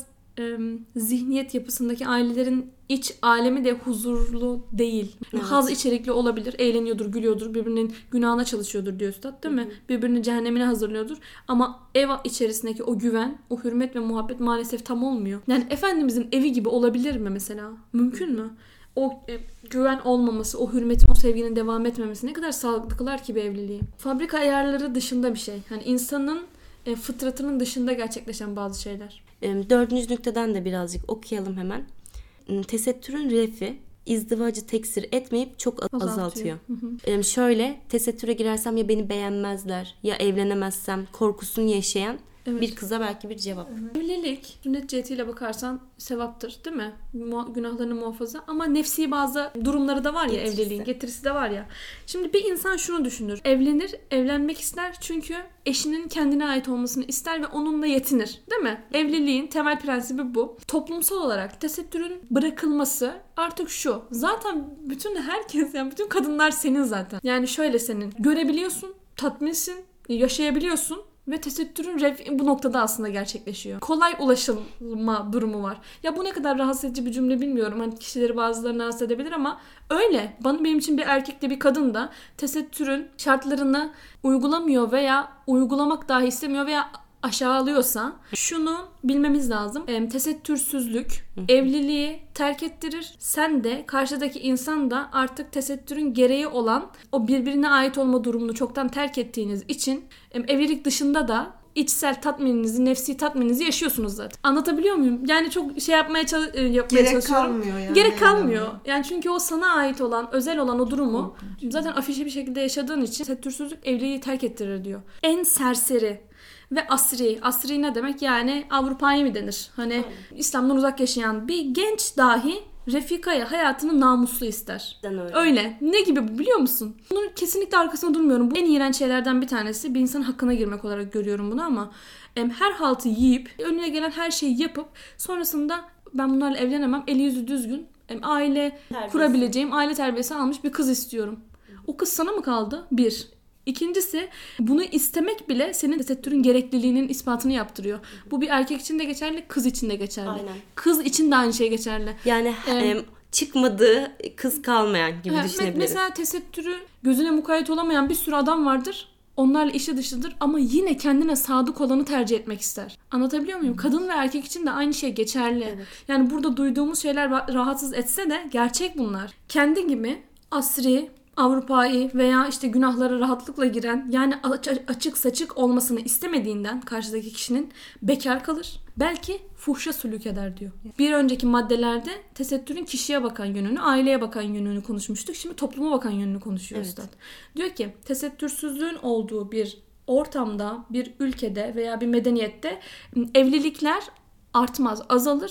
Speaker 2: zihniyet yapısındaki ailelerin iç alemi de huzurlu değil.
Speaker 3: Evet.
Speaker 2: Haz içerikli olabilir. Eğleniyordur, gülüyordur, birbirinin günahına çalışıyordur diyor üstad, değil mi? Birbirini cehennemine hazırlıyordur. Ama ev içerisindeki o güven, o hürmet ve muhabbet maalesef tam olmuyor. Yani Efendimizin evi gibi olabilir mi mesela? Mümkün mü? O güven olmaması, o hürmetin, o sevginin devam etmemesi ne kadar sağlıklı kılar ki bir evliliği. Fabrika ayarları dışında bir şey. Yani insanın fıtratının dışında gerçekleşen bazı şeyler.
Speaker 3: 4. nükteden de birazcık okuyalım hemen. Tesettürün refi izdivacı teksir etmeyip çok azaltıyor. Şöyle, tesettüre girersem ya beni beğenmezler, ya evlenemezsem korkusunu yaşayan bir kıza belki bir cevap.
Speaker 2: Evlilik sünnet cihetiyle bakarsan sevaptır, değil mi? Günahlarını muhafaza, ama nefsi bazı durumları da var ya,
Speaker 3: Getirisi.
Speaker 2: evliliğin getirisi de var ya. Şimdi bir insan şunu düşünür. Evlenir, evlenmek ister çünkü eşinin kendine ait olmasını ister ve onunla yetinir, değil mi? Evliliğin temel prensibi bu. Toplumsal olarak tesettürün bırakılması artık şu. Zaten bütün herkes, yani bütün kadınlar senin zaten. Yani şöyle, senin görebiliyorsun, tatminsin, yaşayabiliyorsun. Ve tesettürün bu noktada aslında gerçekleşiyor. Kolay ulaşılma durumu var. Ya bu ne kadar rahatsız edici bir cümle bilmiyorum. Hani kişileri, bazılarını rahatsız edebilir ama öyle. Benim için bir erkek de bir kadın da tesettürün şartlarını uygulamıyor veya uygulamak dahi istemiyor veya aşağılıyorsa şunu bilmemiz lazım. Tesettürsüzlük evliliği terk ettirir. Sen de karşıdaki insan da artık tesettürün gereği olan o birbirine ait olma durumunu çoktan terk ettiğiniz için evlilik dışında da içsel tatmininizi, nefsi tatmininizi yaşıyorsunuz zaten. Anlatabiliyor muyum? Yani çok şey yapmaya
Speaker 1: Gerek
Speaker 2: çalışıyorum.
Speaker 1: kalmıyor yani.
Speaker 2: Gerek kalmıyor. Yani çünkü o sana ait olan, özel olan o durumu zaten afişe bir şekilde yaşadığın için tesettürsüzlük evliliği terk ettirir diyor. En serseri ve asri ne demek? Yani Avrupa'yı mı denir? Hani İslam'dan uzak yaşayan bir genç dahi refikaya hayatını namuslu ister. Öyle. Ne gibi bu, biliyor musun? Bunun kesinlikle arkasında durmuyorum. Bu en iğrenç şeylerden bir tanesi. Bir insanın hakkına girmek olarak görüyorum bunu ama her haltı yiyip, önüne gelen her şeyi yapıp sonrasında ben bunlarla evlenemem, eli yüzü düzgün, aile kurabileceğim, aile terbiyesi almış bir kız istiyorum. O kız sana mı kaldı? Bir. İkincisi, bunu istemek bile senin tesettürün gerekliliğinin ispatını yaptırıyor. Bu bir erkek için de geçerli, kız için de geçerli.
Speaker 3: Aynen.
Speaker 2: Kız için de aynı şey geçerli.
Speaker 3: Yani çıkmadığı kız kalmayan gibi düşünebiliriz.
Speaker 2: Mesela tesettürü gözüne mukayyet olamayan bir sürü adam vardır. Onlarla işi dışıdır ama yine kendine sadık olanı tercih etmek ister. Anlatabiliyor muyum? Kadın ve erkek için de aynı şey geçerli. Evet. Yani burada duyduğumuz şeyler rahatsız etse de gerçek bunlar. Kendi gibi asri, Avrupa'yı veya işte günahlara rahatlıkla giren, yani açık saçık olmasını istemediğinden karşıdaki kişinin bekar kalır. Belki fuhşa sülük eder diyor. Bir önceki maddelerde tesettürün kişiye bakan yönünü, aileye bakan yönünü konuşmuştuk. Şimdi topluma bakan yönünü konuşuyor üstad. Diyor ki tesettürsüzlüğün olduğu bir ortamda, bir ülkede veya bir medeniyette evlilikler artmaz, azalır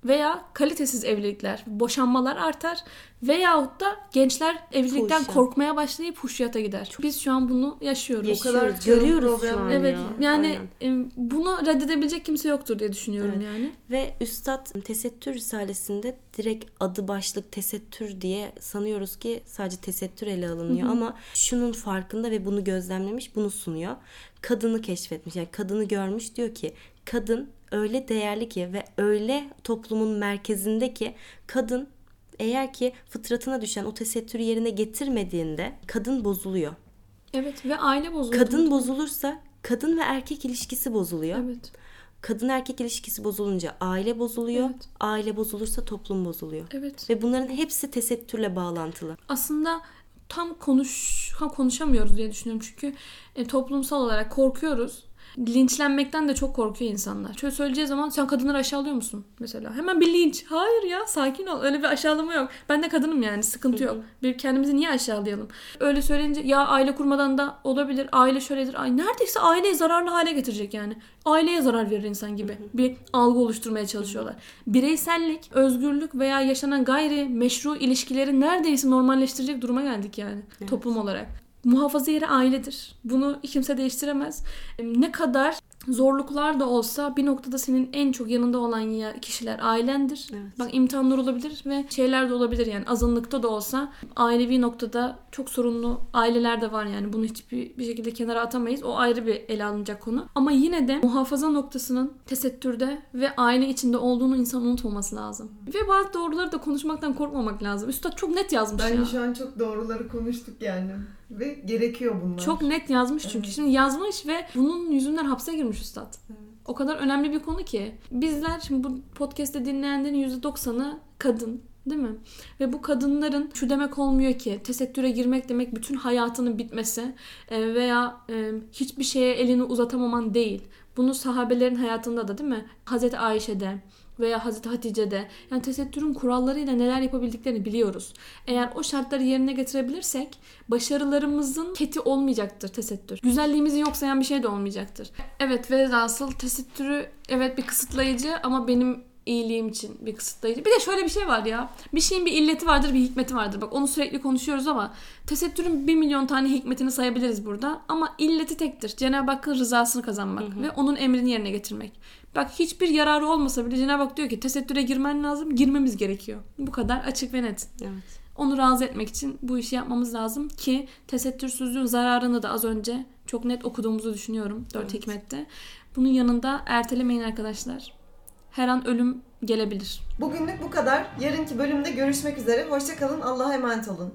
Speaker 2: veya kalitesiz evlilikler, boşanmalar artar veyahut da gençler evlilikten
Speaker 3: Fuhşiyat.
Speaker 2: korkmaya başlayıp fuhşiyata gider. Biz şu an bunu yaşıyoruz.
Speaker 1: O kadar
Speaker 3: Görüyoruz şu
Speaker 1: problem-
Speaker 3: an
Speaker 2: Evet
Speaker 3: ya.
Speaker 2: yani
Speaker 3: Aynen.
Speaker 2: bunu reddedebilecek kimse yoktur diye düşünüyorum
Speaker 3: Evet.
Speaker 2: yani.
Speaker 3: Ve Üstad Tesettür Risalesi'nde direkt adı başlık tesettür diye sanıyoruz ki sadece tesettür ele alınıyor. Ama şunun farkında ve bunu gözlemlemiş, bunu sunuyor. Kadını keşfetmiş, yani kadını görmüş, diyor ki kadın öyle değerli ki ve öyle toplumun merkezinde ki kadın eğer ki fıtratına düşen o tesettürü yerine getirmediğinde kadın bozuluyor.
Speaker 2: Evet ve aile bozuluyor.
Speaker 3: Kadın bozulursa kadın ve erkek ilişkisi bozuluyor.
Speaker 2: Evet.
Speaker 3: Kadın erkek ilişkisi bozulunca aile bozuluyor.
Speaker 2: Evet.
Speaker 3: Aile bozulursa toplum bozuluyor.
Speaker 2: Evet.
Speaker 3: Ve bunların hepsi tesettürle bağlantılı.
Speaker 2: Aslında tam konuşamıyoruz diye düşünüyorum. Çünkü toplumsal olarak korkuyoruz. Linçlenmekten de çok korkuyor insanlar. Şöyle söyleyeceği zaman sen kadınları aşağılıyor musun mesela? Hemen bir linç. Hayır ya, sakin ol. Öyle bir aşağılama yok. Ben de kadınım yani, sıkıntı yok. Bir kendimizi niye aşağılayalım? Öyle söyleyince ya aile kurmadan da olabilir. Aile şöyledir. Ay, neredeyse aileyi zararlı hale getirecek yani. Aileye zarar verir insan gibi bir algı oluşturmaya çalışıyorlar. Bireysellik, özgürlük veya yaşanan gayri meşru ilişkileri neredeyse normalleştirecek duruma geldik yani toplum olarak. Muhafaza yeri ailedir. Bunu kimse değiştiremez. Ne kadar zorluklar da olsa bir noktada senin en çok yanında olan kişiler ailendir.
Speaker 3: Evet.
Speaker 2: Bak, imtihanlar olabilir ve şeyler de olabilir yani, azınlıkta da olsa ailevi noktada çok sorunlu aileler de var yani. Bunu hiçbir şekilde kenara atamayız. O ayrı bir ele alınacak konu. Ama yine de muhafaza noktasının tesettürde ve aile içinde olduğunu insan unutmaması lazım. Ve bazı doğruları da konuşmaktan korkmamak lazım. Üstad çok net yazmış ya.
Speaker 1: Bence şu an çok doğruları konuştuk yani. Ve gerekiyor bunlar.
Speaker 2: Çok net yazmış çünkü.
Speaker 1: Evet.
Speaker 2: Şimdi yazmış ve bunun yüzünden hapse girmiş üstad.
Speaker 1: Evet.
Speaker 2: O kadar önemli bir konu ki. Bizler, şimdi bu podcast'te dinleyenlerin %90'ı kadın. Değil mi? Ve bu kadınların şu demek olmuyor ki tesettüre girmek demek bütün hayatının bitmesi veya hiçbir şeye elini uzatamaman değil. Bunu sahabelerin hayatında da, değil mi? Hazreti Ayşe'de veya Hazreti Hatice'de, yani tesettürün kurallarıyla neler yapabildiklerini biliyoruz. Eğer o şartları yerine getirebilirsek başarılarımızın keti olmayacaktır tesettür. Güzelliğimizi yok sayan bir şey de olmayacaktır. Evet, ve asıl tesettürü evet bir kısıtlayıcı ama benim iyiliğim için bir kısıtlayıcı. Bir de şöyle bir şey var ya. Bir şeyin bir illeti vardır, bir hikmeti vardır. Bak, onu sürekli konuşuyoruz ama tesettürün 1 milyon tane hikmetini sayabiliriz burada. Ama illeti tektir. Cenab-ı Hakk'ın rızasını kazanmak ve onun emrini yerine getirmek. Bak, hiçbir yararı olmasa bile Cenab-ı Hak diyor ki tesettüre girmen lazım, girmemiz gerekiyor. Bu kadar açık ve net.
Speaker 3: Evet.
Speaker 2: Onu razı etmek için bu işi yapmamız lazım ki tesettürsüzlüğün zararını da az önce çok net okuduğumuzu düşünüyorum 4 hikmette. Bunun yanında ertelemeyin arkadaşlar. Her an ölüm gelebilir.
Speaker 1: Bugünlük bu kadar. Yarınki bölümde görüşmek üzere. Hoşça kalın. Allah'a emanet olun.